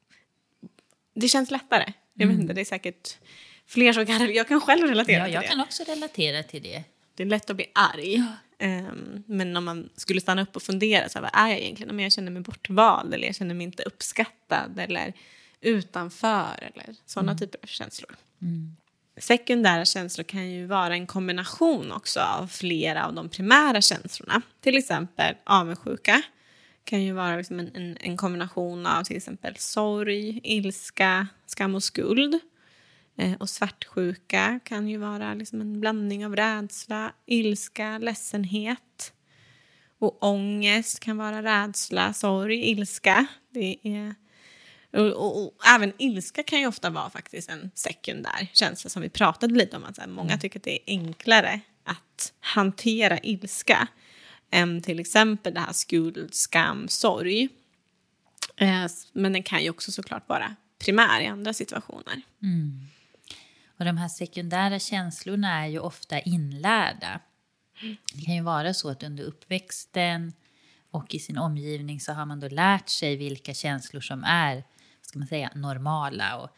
lättare. Jag vet inte, det är säkert fler som kan. Jag kan själv relatera till det. Jag kan också relatera till det. Det är lätt att bli arg. Men om man skulle stanna upp och fundera så här, vad är jag egentligen? Men jag känner mig bortvald eller jag känner mig inte uppskattad eller utanför eller sådana typer av känslor. Sekundära känslor kan ju vara en kombination också av flera av de primära känslorna. Till exempel avundsjuka kan ju vara liksom en kombination av till exempel sorg, ilska, skam och skuld. Och svartsjuka kan ju vara liksom en blandning av rädsla, ilska, ledsenhet. Och ångest kan vara rädsla, sorg, ilska. Och även ilska kan ju ofta vara faktiskt en sekundär känsla som vi pratade lite om. Att så här, många tycker att det är enklare att hantera ilska än till exempel det här skuld, skam, sorg. Men den kan ju också såklart vara primär i andra situationer. Och de här sekundära känslorna är ju ofta inlärda. Det kan ju vara så att under uppväxten Och i sin omgivning så har man då lärt sig vilka känslor som är, vad ska man säga, normala och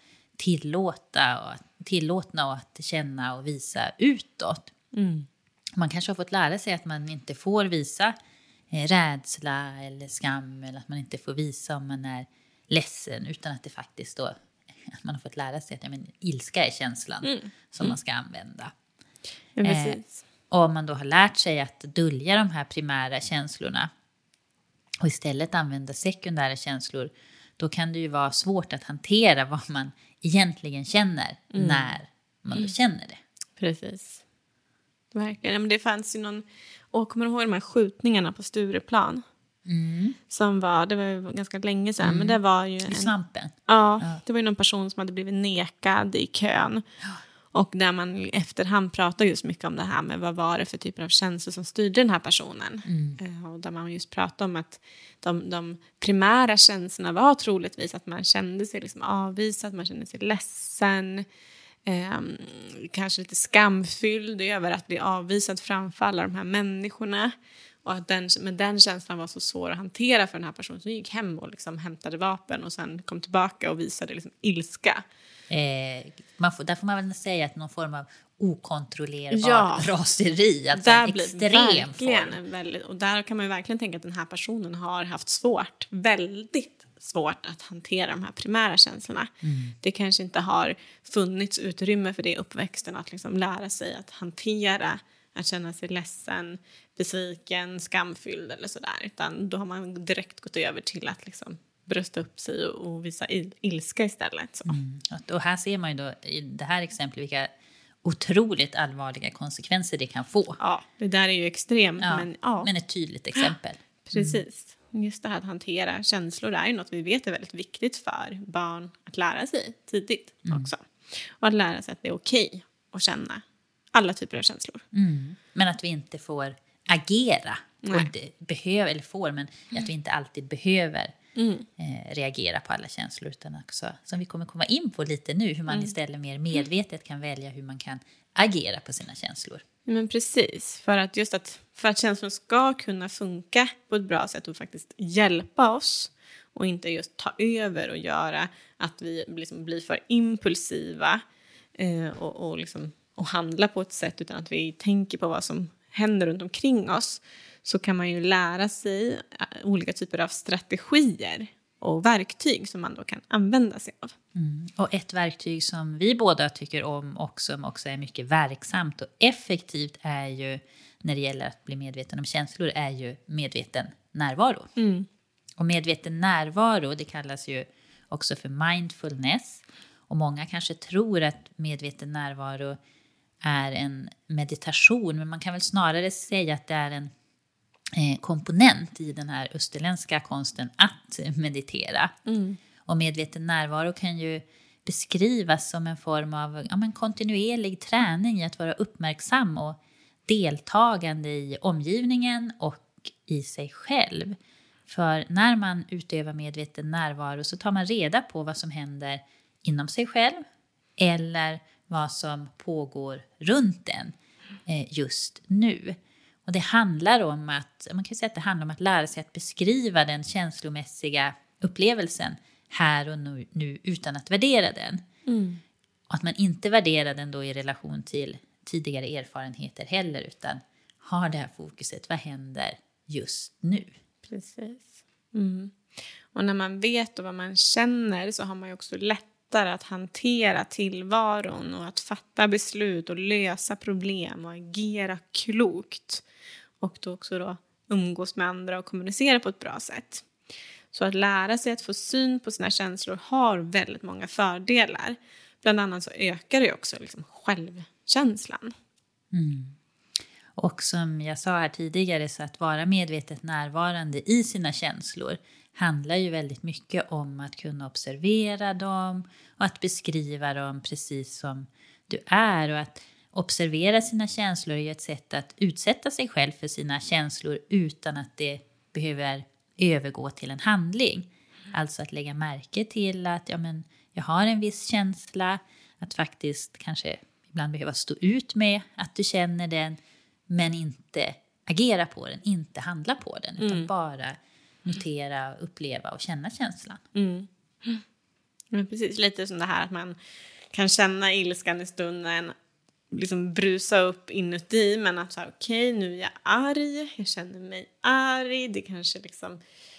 tillåtna och att känna och visa utåt. Man kanske har fått lära sig att man inte får visa rädsla eller skam, eller att man inte får visa om man är ledsen, utan att det faktiskt då, att man har fått lära sig att ilska är känslan som man ska använda. Ja, precis. Och om man då har lärt sig att dölja de här primära känslorna och istället använda sekundära känslor, då kan det ju vara svårt att hantera vad man egentligen känner när man då känner det. Precis. Verkligen. Men det fanns ju kommer du ihåg de här skjutningarna på Stureplan? Som det var ju ganska länge sedan, men det var ju Svampen. Ja, det var ju någon person som hade blivit nekad i kön. Och där man i efterhand pratar just mycket om det här med vad var det för typer av känslor som styrde den här personen. Och där man just pratar om att de primära känslorna var troligtvis att man kände sig liksom avvisad, man kände sig ledsen, kanske lite skamfylld över att bli avvisad framför alla de här människorna. Och att den känslan var så svår att hantera för den här personen som gick hem och liksom hämtade vapen och sen kom tillbaka och visade liksom ilska. Där får man väl säga att någon form av okontrollerbar raseri. Alltså där en blir extrem form. Och där kan man ju verkligen tänka att den här personen har haft väldigt svårt att hantera de här primära känslorna. Det kanske inte har funnits utrymme för det i uppväxten att liksom lära sig att hantera, att känna sig ledsen, besviken, skamfylld eller sådär. Utan då har man direkt gått över till att liksom brösta upp sig och visa ilska istället. Så. Och här ser man ju då i det här exemplet vilka otroligt allvarliga konsekvenser det kan få. Ja, det där är ju extremt. Men ett tydligt exempel. Precis. Just det här att hantera känslor är ju något vi vet är väldigt viktigt för barn att lära sig tidigt också. Och att lära sig att det är okej att känna alla typer av känslor. Men att vi inte får agera. Men att vi inte alltid behöver reagera på alla känslor, utan också, som vi kommer komma in på lite nu, hur man istället mer medvetet kan välja hur man kan agera på sina känslor. Men precis, för att känslor ska kunna funka på ett bra sätt och faktiskt hjälpa oss och inte just ta över och göra att vi liksom blir för impulsiva och handla på ett sätt utan att vi tänker på vad som händer runt omkring oss, så kan man ju lära sig olika typer av strategier och verktyg som man då kan använda sig av. Och ett verktyg som vi båda tycker om och som också är mycket verksamt och effektivt är ju, när det gäller att bli medveten om känslor, är ju medveten närvaro. Och medveten närvaro, det kallas ju också för mindfulness. Och många kanske tror att medveten närvaro är en meditation, men man kan väl snarare säga att det är en komponent i den här österländska konsten att meditera. Och medveten närvaro kan ju beskrivas som en form av kontinuerlig träning i att vara uppmärksam och deltagande i omgivningen och i sig själv. För när man utövar medveten närvaro så tar man reda på vad som händer inom sig själv eller vad som pågår runt en just nu. Och det handlar om att lära sig att beskriva den känslomässiga upplevelsen här och nu utan att värdera den. Och att man inte värderar den då i relation till tidigare erfarenheter heller, utan har det här fokuset, vad händer just nu? Precis. Och när man vet och vad man känner så har man ju också lättare att hantera tillvaron och att fatta beslut och lösa problem och agera klokt. Och då också umgås med andra och kommunicera på ett bra sätt. Så att lära sig att få syn på sina känslor har väldigt många fördelar. Bland annat så ökar det också självkänslan. Och som jag sa här tidigare, så att vara medvetet närvarande i sina känslor handlar ju väldigt mycket om att kunna observera dem och att beskriva dem precis som du är. Och att observera sina känslor är ju ett sätt att utsätta sig själv för sina känslor utan att det behöver övergå till en handling. Alltså att lägga märke till att jag har en viss känsla, att faktiskt kanske ibland behöva stå ut med att du känner den, men inte agera på den, inte handla på den. Utan bara notera, uppleva och känna känslan. Men precis, lite som det här att man kan känna ilskan i stunden, liksom brusa upp inuti, men att okej, nu är jag arg, jag känner mig arg, det kanske liksom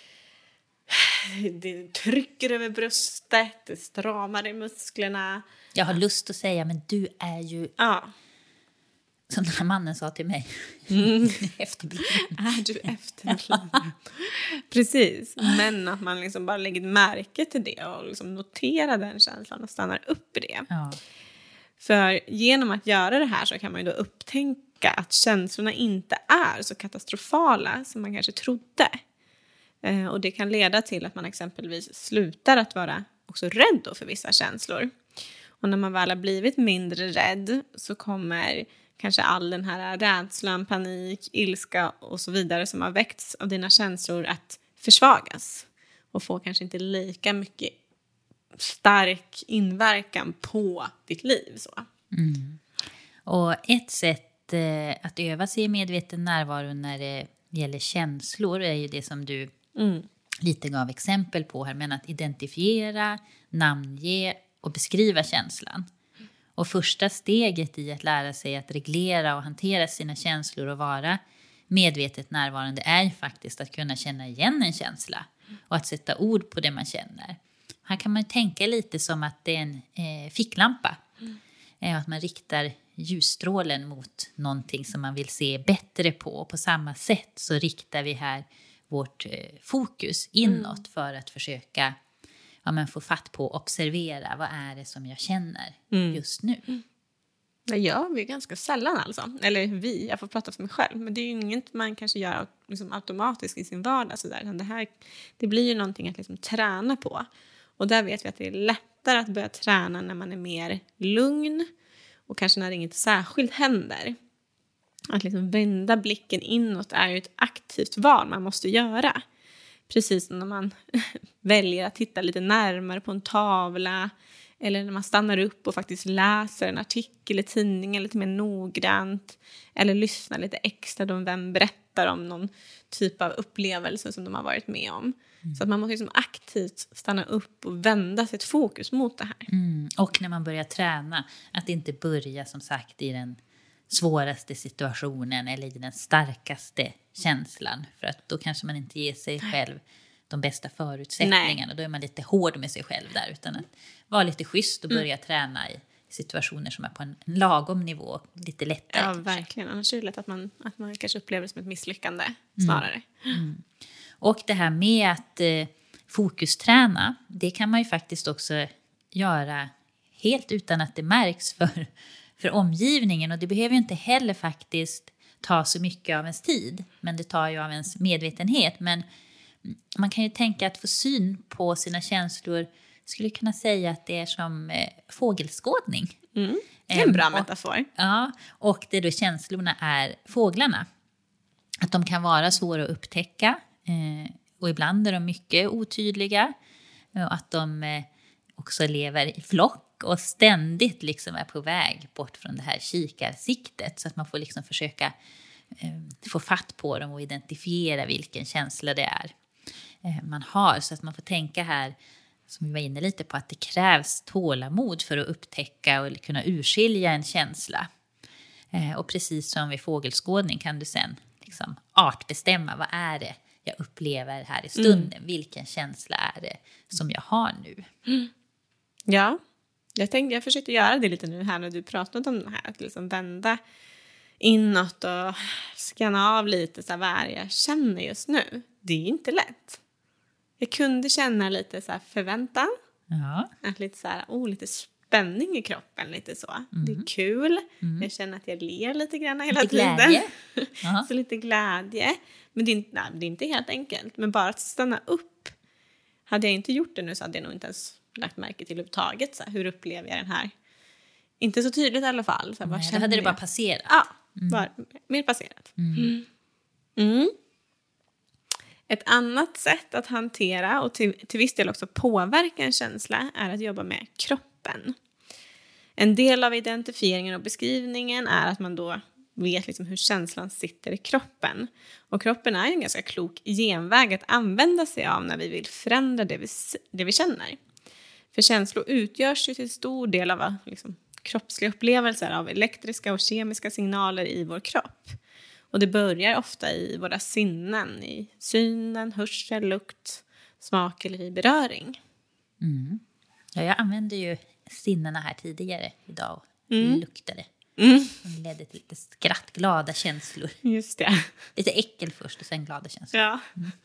det trycker över bröstet, det stramar i musklerna. Jag har lust att säga, men du är ju... Ja. Som den här mannen sa till mig. Efterbliven. Är du efterbliven? Precis. Men att man liksom bara lägger märke till det och liksom noterar den känslan och stannar upp i det. Ja. För genom att göra det här så kan man ju då upptänka att känslorna inte är så katastrofala som man kanske trodde. Och det kan leda till att man exempelvis slutar att vara också rädd då för vissa känslor. Och när man väl har blivit mindre rädd så kommer kanske all den här rädslan, panik, ilska och så vidare som har väckts av dina känslor att försvagas. Och få kanske inte lika mycket stark inverkan på ditt liv. Så. Och ett sätt att öva sig i medveten närvaro när det gäller känslor är ju det som du lite gav exempel på här. Men att identifiera, namnge och beskriva känslan. Och första steget i att lära sig att reglera och hantera sina känslor och vara medvetet närvarande är ju faktiskt att kunna känna igen en känsla. Och att sätta ord på det man känner. Här kan man tänka lite som att det är en ficklampa. Att man riktar ljusstrålen mot någonting som man vill se bättre på. Och på samma sätt så riktar vi här vårt fokus inåt för att försöka få fatt på och observera. Vad är det som jag känner just nu? Det gör vi ganska sällan alltså. Eller jag får prata för mig själv. Men det är ju inget man kanske gör liksom automatiskt i sin vardag. Sådär. Det blir ju någonting att liksom träna på. Och där vet vi att det är lättare att börja träna när man är mer lugn. Och kanske när inget särskilt händer. Att liksom vända blicken inåt är ju ett aktivt val man måste göra. Precis som när man väljer att titta lite närmare på en tavla. Eller när man stannar upp och faktiskt läser en artikel i tidningen lite mer noggrant. Eller lyssnar lite extra då vem berättar om någon typ av upplevelse som de har varit med om. Så att man måste liksom aktivt stanna upp och vända sitt fokus mot det här. Och när man börjar träna, att inte börja som sagt i den svåraste situationen eller i den starkaste känslan. För att då kanske man inte ger sig själv de bästa förutsättningarna. Då är man lite hård med sig själv där. Utan att vara lite schysst och börja träna i situationer som är på en lagom nivå. Lite lättare. Ja, verkligen. Annars är det lätt att man kanske upplever det som ett misslyckande snarare. Och det här med att fokusträna, det kan man ju faktiskt också göra helt utan att det märks för omgivningen. Och det behöver ju inte heller faktiskt ta så mycket av ens tid. Men det tar ju av ens medvetenhet. Men man kan ju tänka att få syn på sina känslor skulle kunna säga att det är som fågelskådning. Det är en bra metafor. Ja, och det då känslorna är fåglarna. Att de kan vara svåra att upptäcka. Och ibland är de mycket otydliga. Och att de också lever i flock och ständigt liksom är på väg bort från det här kikarsiktet. Så att man får liksom försöka få fatt på dem och identifiera vilken känsla det är man har. Så att man får tänka här, som vi var inne lite på, att det krävs tålamod för att upptäcka och kunna urskilja en känsla. Och precis som vid fågelskådning kan du sen liksom artbestämma, vad är det jag upplever här i stunden? Vilken känsla är det som jag har nu? Ja, jag försökte göra det lite nu här när du pratade om det här. Att liksom vända inåt och scanna av lite så här, vad är det jag känner just nu? Det är inte lätt. Jag kunde känna lite så här förväntan. Ja. Att lite så här, lite spänning i kroppen, lite så. Det är kul. Jag känner att jag ler lite grann hela tiden. Glädje. Så lite glädje. Men det är inte helt enkelt. Men bara att stanna upp. Hade jag inte gjort det nu så hade jag nog inte ens lagt märke till överhuvudtaget. Så här, hur upplever jag den här? Inte så tydligt i alla fall. Så här, Då hade det bara passerat. Ja, bara mer passerat. Ett annat sätt att hantera och till viss del också påverka en känsla är att jobba med kroppen. En del av identifieringen och beskrivningen är att man då vet liksom hur känslan sitter i kroppen. Och kroppen är en ganska klok genväg att använda sig av när vi vill förändra det vi känner. För känslor utgörs ju till stor del av liksom kroppsliga upplevelser av elektriska och kemiska signaler i vår kropp. Och det börjar ofta i våra sinnen, i synen, hörsel, lukt, smak eller i beröring. Mm. Ja, jag använde ju sinnena här tidigare idag och luktade. Det ledde till lite skrattglada känslor. Just det. Lite äckel först och sen glada känslor. Ja.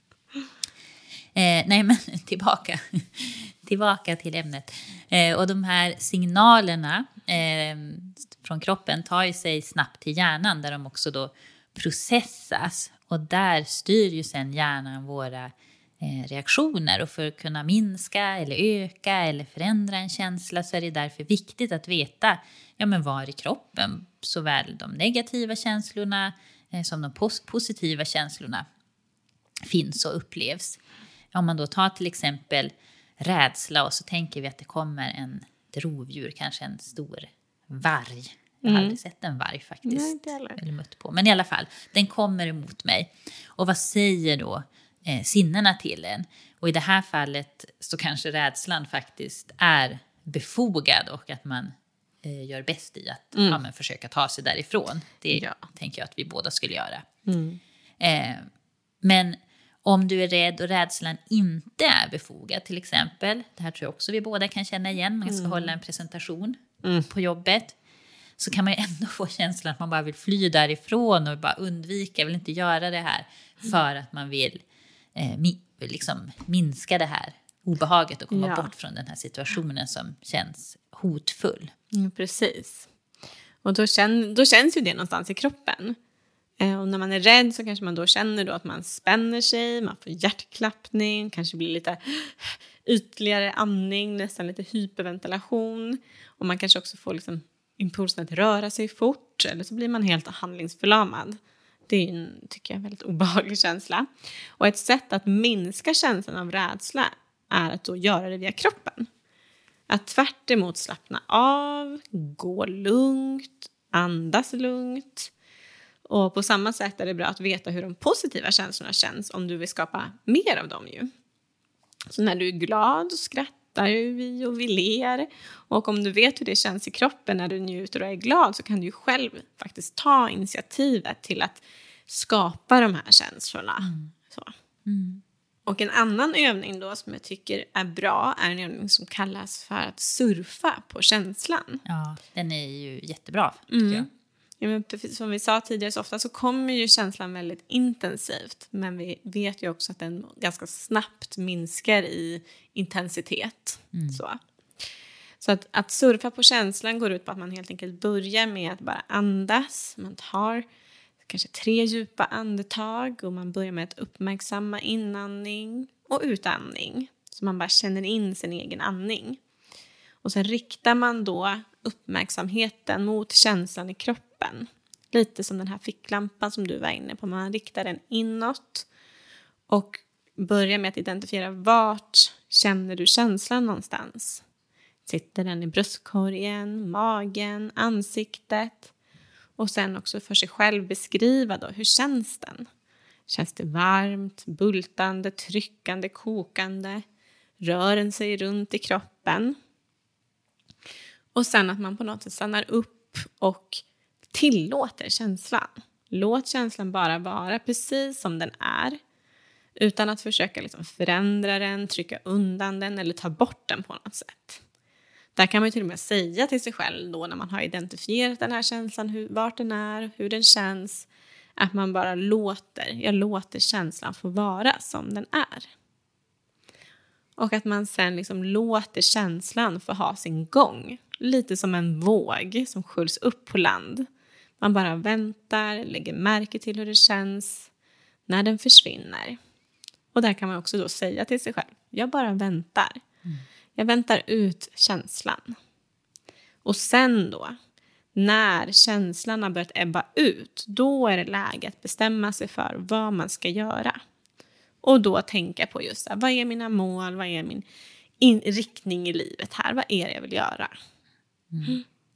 Nej, men tillbaka till ämnet. Och de här signalerna från kroppen tar ju sig snabbt till hjärnan där de också då processas. Och där styr ju sen hjärnan våra reaktioner. Och för att kunna minska eller öka eller förändra en känsla så är det därför viktigt att veta men var i kroppen såväl de negativa känslorna som de positiva känslorna finns och upplevs. Om man då tar till exempel rädsla och så tänker vi att det kommer ett rovdjur, kanske en stor varg. Jag har aldrig sett en varg faktiskt. Nej, inte heller. Eller mött på. Men i alla fall, den kommer emot mig. Och vad säger då sinnena till en? Och i det här fallet så kanske rädslan faktiskt är befogad och att man gör bäst i att försöka ta sig därifrån. Det tänker jag att vi båda skulle göra. Men om du är rädd och rädslan inte är befogad till exempel, det här tror jag också vi båda kan känna igen, man ska hålla en presentation på jobbet, så kan man ju ändå få känslan att man bara vill fly därifrån och bara undvika, vill inte göra det här för att man vill liksom minska det här obehaget och komma bort från den här situationen som känns hotfull. Precis. Och då känns ju det någonstans i kroppen. Och när man är rädd så kanske man då känner då att man spänner sig, man får hjärtklappning, kanske blir lite ytterligare andning, nästan lite hyperventilation. Och man kanske också får liksom impulsen att röra sig fort, eller så blir man helt handlingsförlamad. Det är tycker jag, en väldigt obehaglig känsla. Och ett sätt att minska känslan av rädsla är att då göra det via kroppen. Att tvärt emot slappna av, gå lugnt, andas lugnt. Och på samma sätt är det bra att veta hur de positiva känslorna känns om du vill skapa mer av dem ju. Så när du är glad så skrattar vi och vi ler. Och om du vet hur det känns i kroppen när du njuter och är glad så kan du ju själv faktiskt ta initiativet till att skapa de här känslorna. Så. Och en annan övning då som jag tycker är bra är en övning som kallas för att surfa på känslan. Ja, den är ju jättebra tycker jag. Ja, men precis som vi sa tidigare så ofta så kommer ju känslan väldigt intensivt. Men vi vet ju också att den ganska snabbt minskar i intensitet. Så att surfa på känslan går ut på att man helt enkelt börjar med att bara andas. Man tar kanske 3 djupa andetag och man börjar med att uppmärksamma inandning och utandning. Så man bara känner in sin egen andning. Och sen riktar man då uppmärksamheten mot känslan i kroppen. Lite som den här ficklampan som du var inne på. Man riktar den inåt och börjar med att identifiera vart känner du känslan någonstans. Sitter den i bröstkorgen, magen, ansiktet? Och sen också för sig själv beskriva då, hur känns den? Känns det varmt, bultande, tryckande, kokande? Rör den sig runt i kroppen? Och sen att man på något sätt stannar upp och tillåter känslan. Låt känslan bara vara precis som den är. Utan att försöka liksom förändra den, trycka undan den eller ta bort den på något sätt. Där kan man ju till och med säga till sig själv då när man har identifierat den här känslan, vart den är, hur den känns. Att man bara låter känslan få vara som den är. Och att man sen liksom låter känslan få ha sin gång. Lite som en våg som sköljs upp på land. Man bara väntar, lägger märke till hur det känns när den försvinner. Och där kan man också då säga till sig själv, jag bara väntar. Jag väntar ut känslan. Och sen då, när känslan har börjat ebba ut, då är det läge att bestämma sig för vad man ska göra. Och då tänka på just det, vad är mina mål, vad är min riktning i livet här, vad är det jag vill göra?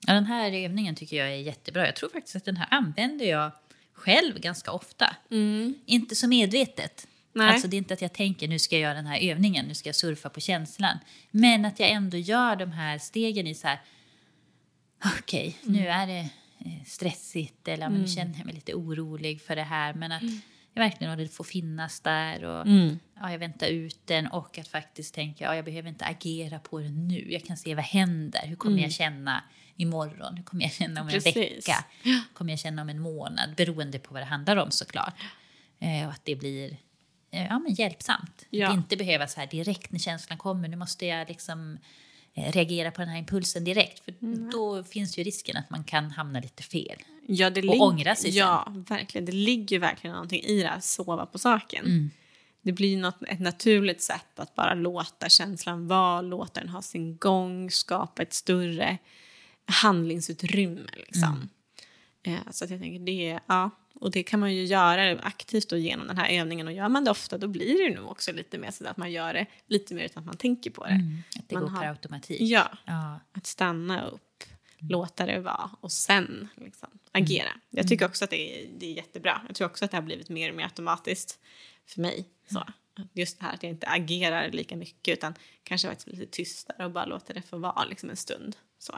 Ja, den här övningen tycker jag är jättebra. Jag tror faktiskt att den här använder jag själv ganska ofta. Inte så medvetet. Nej. Alltså det är inte att jag tänker nu ska jag göra den här övningen, nu ska jag surfa på känslan. Men att jag ändå gör de här stegen i så här, okej, nu är det stressigt eller men nu känner jag mig lite orolig för det här. Men att jag verkligen får finnas där och jag väntar ut den och att faktiskt tänka, jag behöver inte agera på det nu. Jag kan se vad händer, hur kommer jag känna imorgon, hur kommer jag känna om en vecka, hur kommer jag känna om en månad, beroende på vad det handlar om såklart. Och att det blir men hjälpsamt. Ja. Att inte behöva så här direkt när känslan kommer, nu måste jag liksom reagera på den här impulsen direkt. För då finns ju risken att man kan hamna lite fel. Ja, och ångra sig sen. Ja, verkligen. Det ligger verkligen någonting i det här, sova på saken. Det blir ett naturligt sätt att bara låta känslan vara, låta den ha sin gång, skapa ett större handlingsutrymme liksom. Så att jag tänker det, och det kan man ju göra aktivt då genom den här övningen, och gör man det ofta då blir det nog också lite mer så att man gör det lite mer utan att man tänker på det. Att det går per automatik. Ja, att stanna upp, låta det vara och sen liksom agera. Jag tycker också att det är jättebra. Jag tror också att det har blivit mer och mer automatiskt för mig. Så. Just det här att jag inte agerar lika mycket utan kanske faktiskt lite tystare och bara låter det få vara liksom en stund. Så.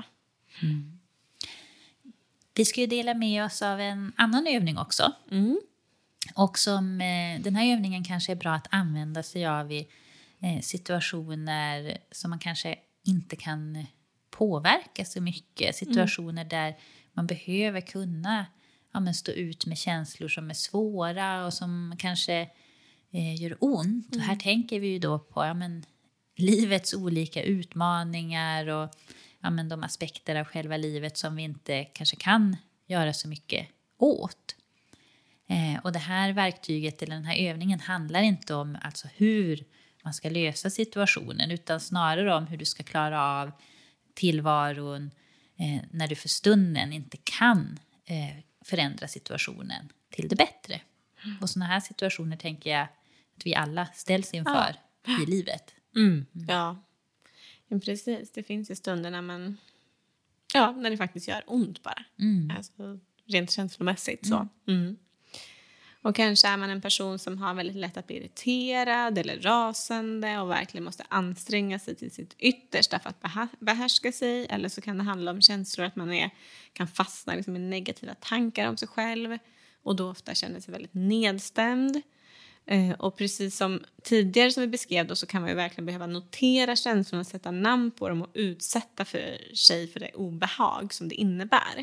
Vi ska ju dela med oss av en annan övning också. Och som den här övningen kanske är bra att använda sig av i situationer som man kanske inte kan påverka så mycket. Situationer där man behöver kunna stå ut med känslor som är svåra och som kanske gör ont. Och här tänker vi ju då på livets olika utmaningar och de aspekter av själva livet som vi inte kanske kan göra så mycket åt. Och det här verktyget eller den här övningen handlar inte om alltså hur man ska lösa situationen utan snarare om hur du ska klara av tillvaron när du för stunden inte kan förändra situationen till det bättre. Och såna här situationer tänker jag att vi alla ställs inför i livet. Ja, precis. Det finns ju stunder när det faktiskt gör ont bara. Alltså, rent känslomässigt så. Och kanske är man en person som har väldigt lätt att bli irriterad eller rasande och verkligen måste anstränga sig till sitt yttersta för att behärska sig. Eller så kan det handla om känslor att man kan fastna liksom i negativa tankar om sig själv och då ofta känner sig väldigt nedstämd. Och precis som tidigare som vi beskrev då, så kan man ju verkligen behöva notera känslorna, sätta namn på dem och utsätta sig för det obehag som det innebär.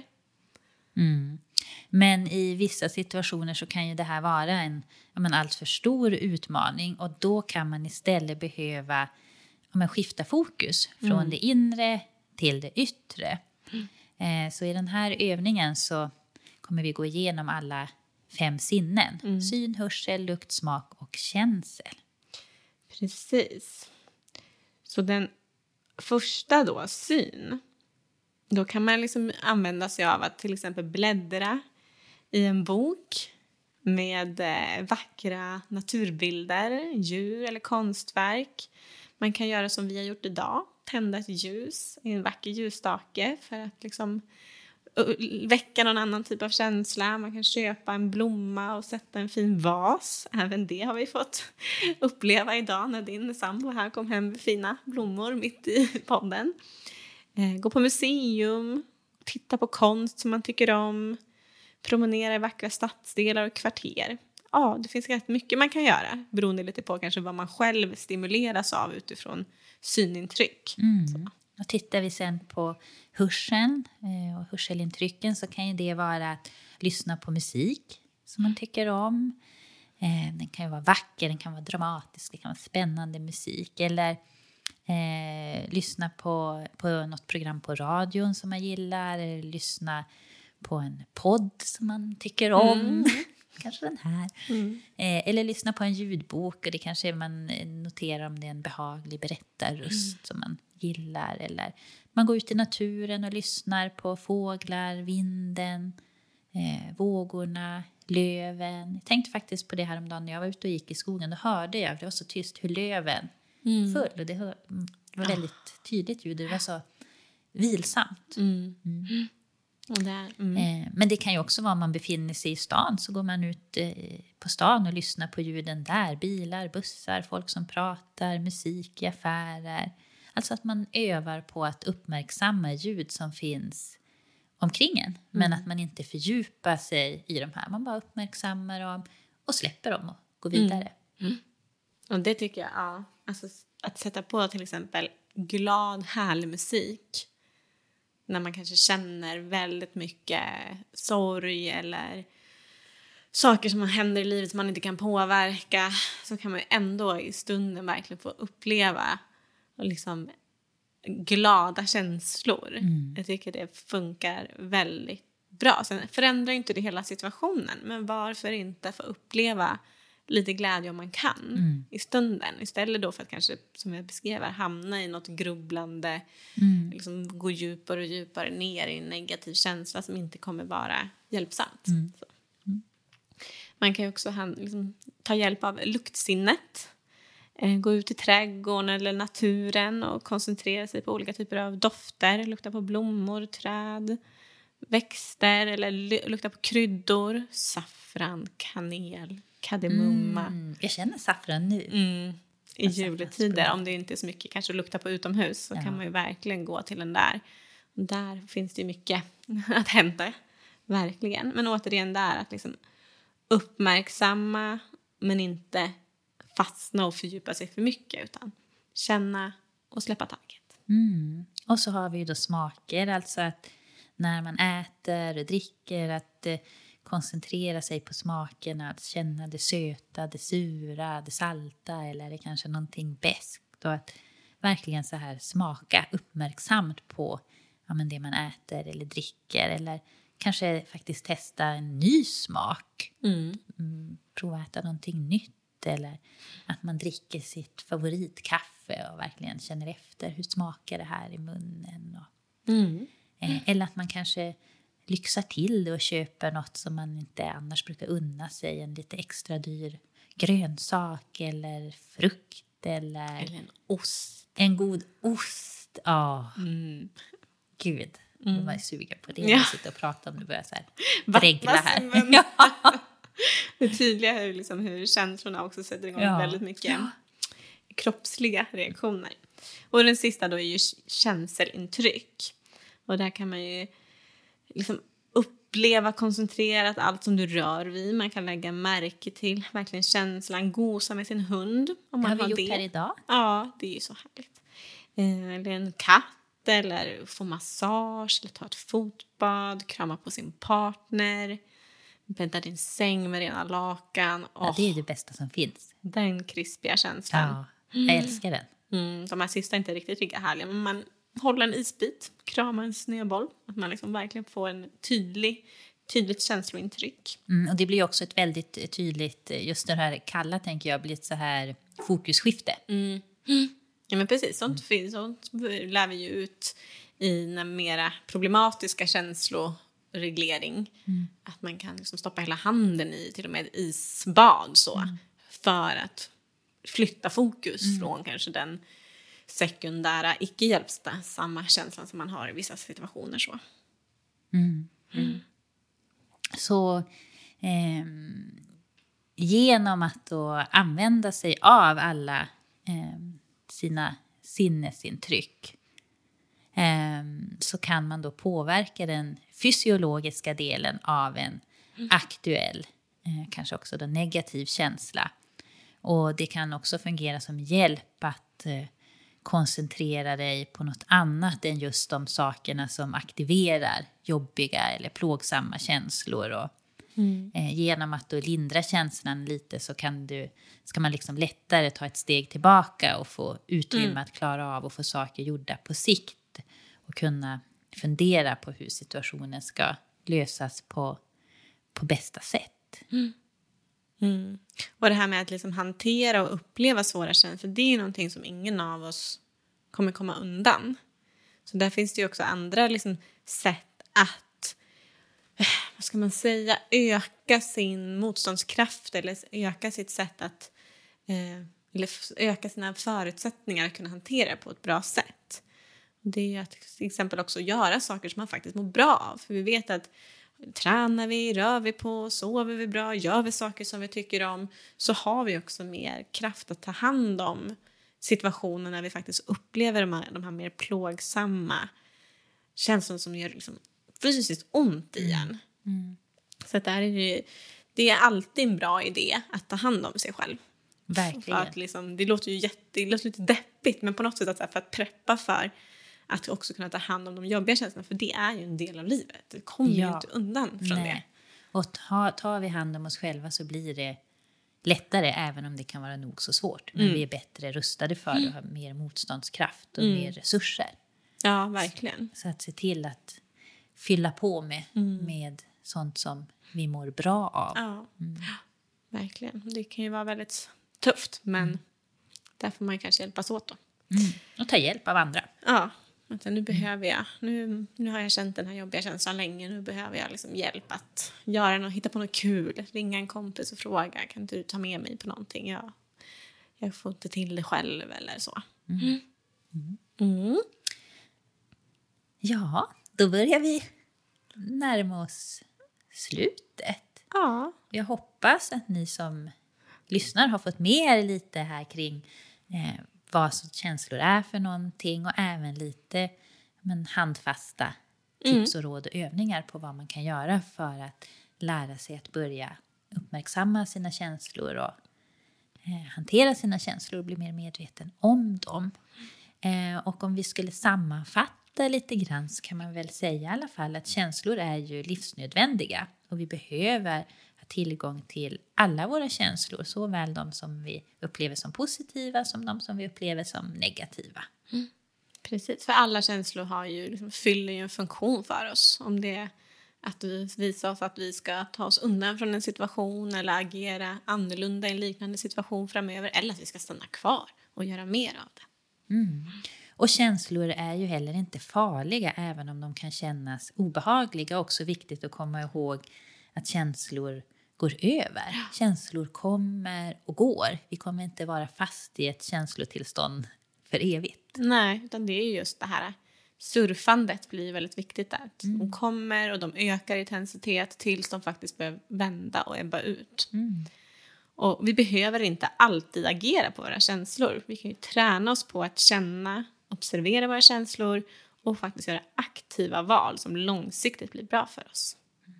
Men i vissa situationer så kan ju det här vara en alltför stor utmaning och då kan man istället behöva skifta fokus från det inre till det yttre. Så i den här övningen så kommer vi gå igenom alla 5 sinnen. Syn, hörsel, lukt, smak och känsel. Precis. Så den första då, syn. Då kan man liksom använda sig av att till exempel bläddra i en bok med vackra naturbilder, djur eller konstverk. Man kan göra som vi har gjort idag. Tända ett ljus i en vacker ljusstake för att liksom väcka någon annan typ av känsla. Man kan köpa en blomma och sätta en fin vas. Även det har vi fått uppleva idag när din sambo här kom hem med fina blommor mitt i podden. Gå på museum, titta på konst som man tycker om, promenera i vackra stadsdelar och kvarter. Ja, det finns rätt mycket man kan göra beroende lite på kanske vad man själv stimuleras av utifrån synintryck. Och tittar vi sen på hörseln och hörselintrycken så kan ju det vara att lyssna på musik som man tycker om. Den kan ju vara vacker, den kan vara dramatisk, det kan vara spännande musik. Eller lyssna på något program på radion som man gillar. Eller lyssna på en podd som man tycker om. Kanske den här. Eller lyssna på en ljudbok och det kanske man noterar om det är en behaglig berättarröst som man gillar. Eller man går ut i naturen och lyssnar på fåglar, vinden, vågorna, löven. Jag tänkte faktiskt på det här om dagen när jag var ute och gick i skogen. Då hörde jag, det var så tyst, hur löven föll. Och det var väldigt tydligt ljud. Det var så vilsamt. Och där, Men det kan ju också vara om man befinner sig i stan, så går man ut på stan och lyssnar på ljuden där. Bilar, bussar, folk som pratar, musik i affärer. Alltså att man övar på att uppmärksamma ljud som finns omkring en. Men att man inte fördjupar sig i de här. Man bara uppmärksammar dem och släpper dem och går vidare. Och det tycker jag, ja. Alltså, att sätta på till exempel glad, härlig musik. När man kanske känner väldigt mycket sorg eller saker som händer i livet som man inte kan påverka. Så kan man ju ändå i stunden verkligen få uppleva och liksom glada känslor. Jag tycker det funkar väldigt bra. Sen förändrar ju inte det hela situationen. Men varför inte få uppleva lite glädje om man kan i stunden. Istället då för att kanske, som jag beskrev, hamna i något grubblande. Liksom gå djupare och djupare ner i en negativ känsla som inte kommer vara hjälpsamt. Så. Man kan ju också liksom ta hjälp av luktsinnet. Gå ut i trädgården eller naturen och koncentrera sig på olika typer av dofter. Lukta på blommor, träd, växter eller lukta på kryddor. Saffran, kanel, kardemumma. Jag känner saffran nu. I juletider, om det inte är så mycket kanske att lukta på utomhus, så kan man ju verkligen gå till den där. Och där finns det ju mycket att hämta, verkligen. Men återigen där, att liksom uppmärksamma men inte fastna och fördjupa sig för mycket, utan känna och släppa taget. Och så har vi ju då smaker, alltså att när man äter och dricker, att koncentrera sig på smakerna, att känna det söta, det sura, det salta eller det kanske någonting beskt, och att verkligen så här smaka uppmärksamt på det man äter eller dricker, eller kanske faktiskt testa en ny smak. Prova att äta någonting nytt, eller att man dricker sitt favoritkaffe och verkligen känner efter hur smakar det här i munnen. Eller att man kanske lyxar till det och köper något som man inte annars brukar unna sig. En lite extra dyr grönsak eller frukt. Eller en ost. En god ost. Gud, man är sugen på det. Jag sitter och pratar om det, börjar så här dregla här. Det tydliga är liksom hur känslorna också sätter igång väldigt mycket kroppsliga reaktioner. Och den sista då är ju känselintryck. Och där kan man ju liksom uppleva koncentrerat allt som du rör vid. Man kan lägga märke till verkligen känslan, gosa med sin hund. Om man har vi gjort här idag. Ja, det är ju så härligt. Eller en katt, eller få massage, eller ta ett fotbad, krama på sin partner, bädda din säng med rena lakan. Ja, det är det bästa som finns. Den krispiga känslan. Ja, jag älskar den. De här sista är inte riktigt lika härliga, men man håller en isbit, krama en snöboll. Att man liksom verkligen får en tydligt känslointryck. Och det blir också ett väldigt tydligt, just det här kalla tänker jag, blir ett så här fokusskifte. Ja, men precis. Sånt lär vi ju ut i en mera problematiska känsloreglering. Att man kan liksom stoppa hela handen i till och med isbad så. För att flytta fokus från kanske den sekundära, icke hjälpsamma känslan som man har i vissa situationer. Så genom att då använda sig av alla sina sinnesintryck så kan man då påverka den fysiologiska delen av en aktuell, kanske också då negativ känsla. Och det kan också fungera som hjälp att koncentrera dig på något annat än just de sakerna som aktiverar jobbiga eller plågsamma känslor. Och genom att då lindra känslan lite så ska man liksom lättare ta ett steg tillbaka och få utrymme att klara av och få saker gjorda på sikt. Och kunna fundera på hur situationen ska lösas på bästa sätt. Och det här med att liksom hantera och uppleva svåra känslor, det är ju någonting som ingen av oss kommer komma undan. Så där finns det ju också andra liksom sätt att, vad ska man säga, öka sin motståndskraft eller öka sitt sätt att eller öka sina förutsättningar att kunna hantera på ett bra sätt. Det är att till exempel också göra saker som man faktiskt mår bra av. För vi vet att tränar vi, rör vi på, sover vi bra, gör vi saker som vi tycker om, så har vi också mer kraft att ta hand om situationer när vi faktiskt upplever de här mer plågsamma känslorna som gör liksom fysiskt ont i en. Så att det är alltid en bra idé att ta hand om sig själv. Verkligen. För att liksom, det låter lite deppigt, men på något sätt för att preppa för att också kunna ta hand om de jobbiga känslorna, för det är ju en del av livet. Det kommer ju inte undan från det. Och tar vi hand om oss själva så blir det lättare, även om det kan vara nog så svårt. Men vi är bättre rustade för att ha mer motståndskraft och mer resurser. Ja, verkligen. Så att se till att fylla på med sånt som vi mår bra av. Ja, verkligen. Det kan ju vara väldigt tufft, men där får man kanske hjälpas åt då. Och ta hjälp av andra. Ja, nu behöver jag. Nu har jag känt den här jobbiga känslan länge. Nu behöver jag liksom hjälp att göra något, hitta på något kul. Ringa en kompis och fråga, kan inte du ta med mig på någonting? Jag får inte till det själv eller så. Ja, då börjar vi närma oss slutet. Ja. Jag hoppas att ni som lyssnar har fått med er lite här kring vad känslor är för någonting, och även lite handfasta tips och råd och övningar på vad man kan göra för att lära sig att börja uppmärksamma sina känslor och hantera sina känslor och bli mer medveten om dem. Och om vi skulle sammanfatta lite grann, så kan man väl säga i alla fall att känslor är ju livsnödvändiga, och vi behöver ha tillgång till alla våra känslor, såväl de som vi upplever som positiva som de som vi upplever som negativa. Precis, för alla känslor fyller ju en funktion för oss. Om det är att vi visar oss att vi ska ta oss undan från en situation eller agera annorlunda i en liknande situation framöver, eller att vi ska stanna kvar och göra mer av det. Och känslor är ju heller inte farliga, även om de kan kännas obehagliga. Också viktigt att komma ihåg att känslor går över. Känslor kommer och går. Vi kommer inte vara fast i ett känslotillstånd för evigt. Nej, utan det är just det här surfandet blir väldigt viktigt där. De kommer och de ökar i intensitet tills de faktiskt börjar vända och ebba ut. Och vi behöver inte alltid agera på våra känslor. Vi kan ju träna oss på att känna, observera våra känslor och faktiskt göra aktiva val som långsiktigt blir bra för oss.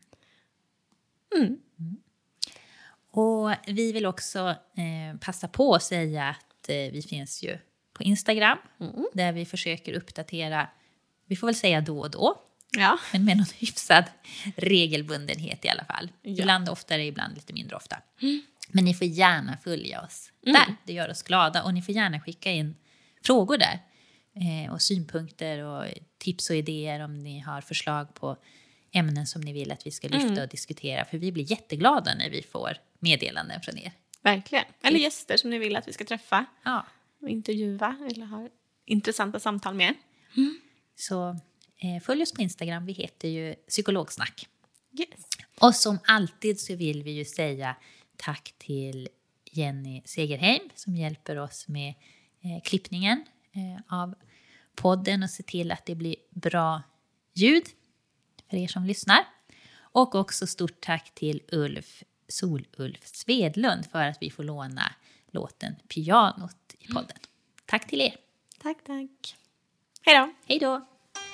Och vi vill också passa på att säga att vi finns ju på Instagram, där vi försöker uppdatera, vi får väl säga då och då, men med någon hyfsad regelbundenhet i alla fall. Ibland oftare, ibland lite mindre ofta. Men ni får gärna följa oss där, det gör oss glada, och ni får gärna skicka in frågor där och synpunkter och tips och idéer om ni har förslag på ämnen som ni vill att vi ska lyfta och diskutera, för vi blir jätteglada när vi får meddelanden från er. Verkligen. Eller gäster som ni vill att vi ska träffa. Ja. Och intervjua eller ha intressanta samtal med. Så följ oss på Instagram. Vi heter ju Psykologsnack. Yes. Och som alltid så vill vi ju säga tack till Jenny Segerheim som hjälper oss med klippningen av podden och se till att det blir bra ljud för er som lyssnar. Och också stort tack till Solulf Svedlund för att vi får låna låten Pianot i podden. Tack till er. Tack. Hej då. Hej då.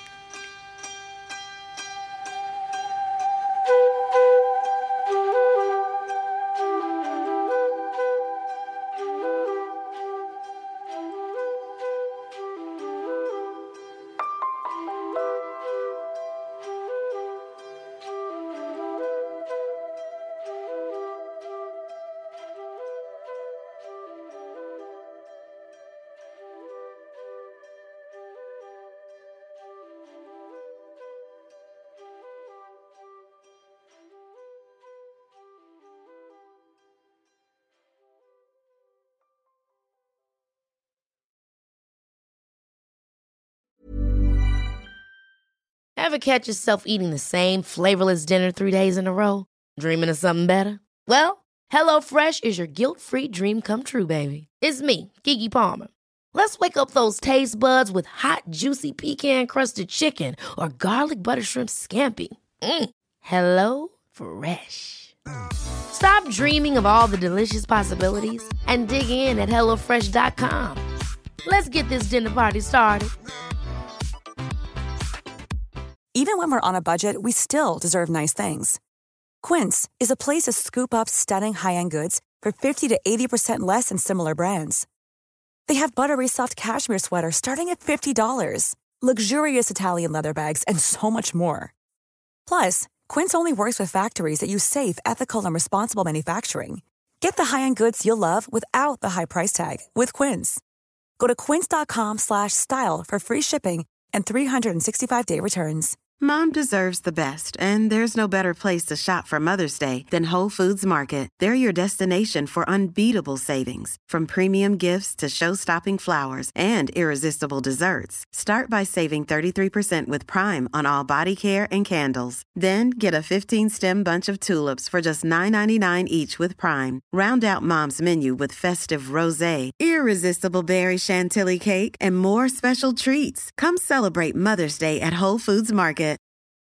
Ever catch yourself eating the same flavorless dinner 3 days in a row? Dreaming of something better? Well, HelloFresh is your guilt-free dream come true, baby. It's me, Keke Palmer. Let's wake up those taste buds with hot, juicy pecan-crusted chicken or garlic butter shrimp scampi. Hello Fresh. Stop dreaming of all the delicious possibilities and dig in at HelloFresh.com. Let's get this dinner party started. Even when we're on a budget, we still deserve nice things. Quince is a place to scoop up stunning high-end goods for 50 to 80% less than similar brands. They have buttery soft cashmere sweaters starting at $50, luxurious Italian leather bags, and so much more. Plus, Quince only works with factories that use safe, ethical, and responsible manufacturing. Get the high-end goods you'll love without the high price tag with Quince. Go to quince.com/style for free shipping and 365-day returns. Mom deserves the best, and there's no better place to shop for Mother's Day than Whole Foods Market. They're your destination for unbeatable savings, from premium gifts to show-stopping flowers and irresistible desserts. Start by saving 33% with Prime on all body care and candles. Then get a 15-stem bunch of tulips for just $9.99 each with Prime. Round out Mom's menu with festive rosé, irresistible berry chantilly cake, and more special treats. Come celebrate Mother's Day at Whole Foods Market.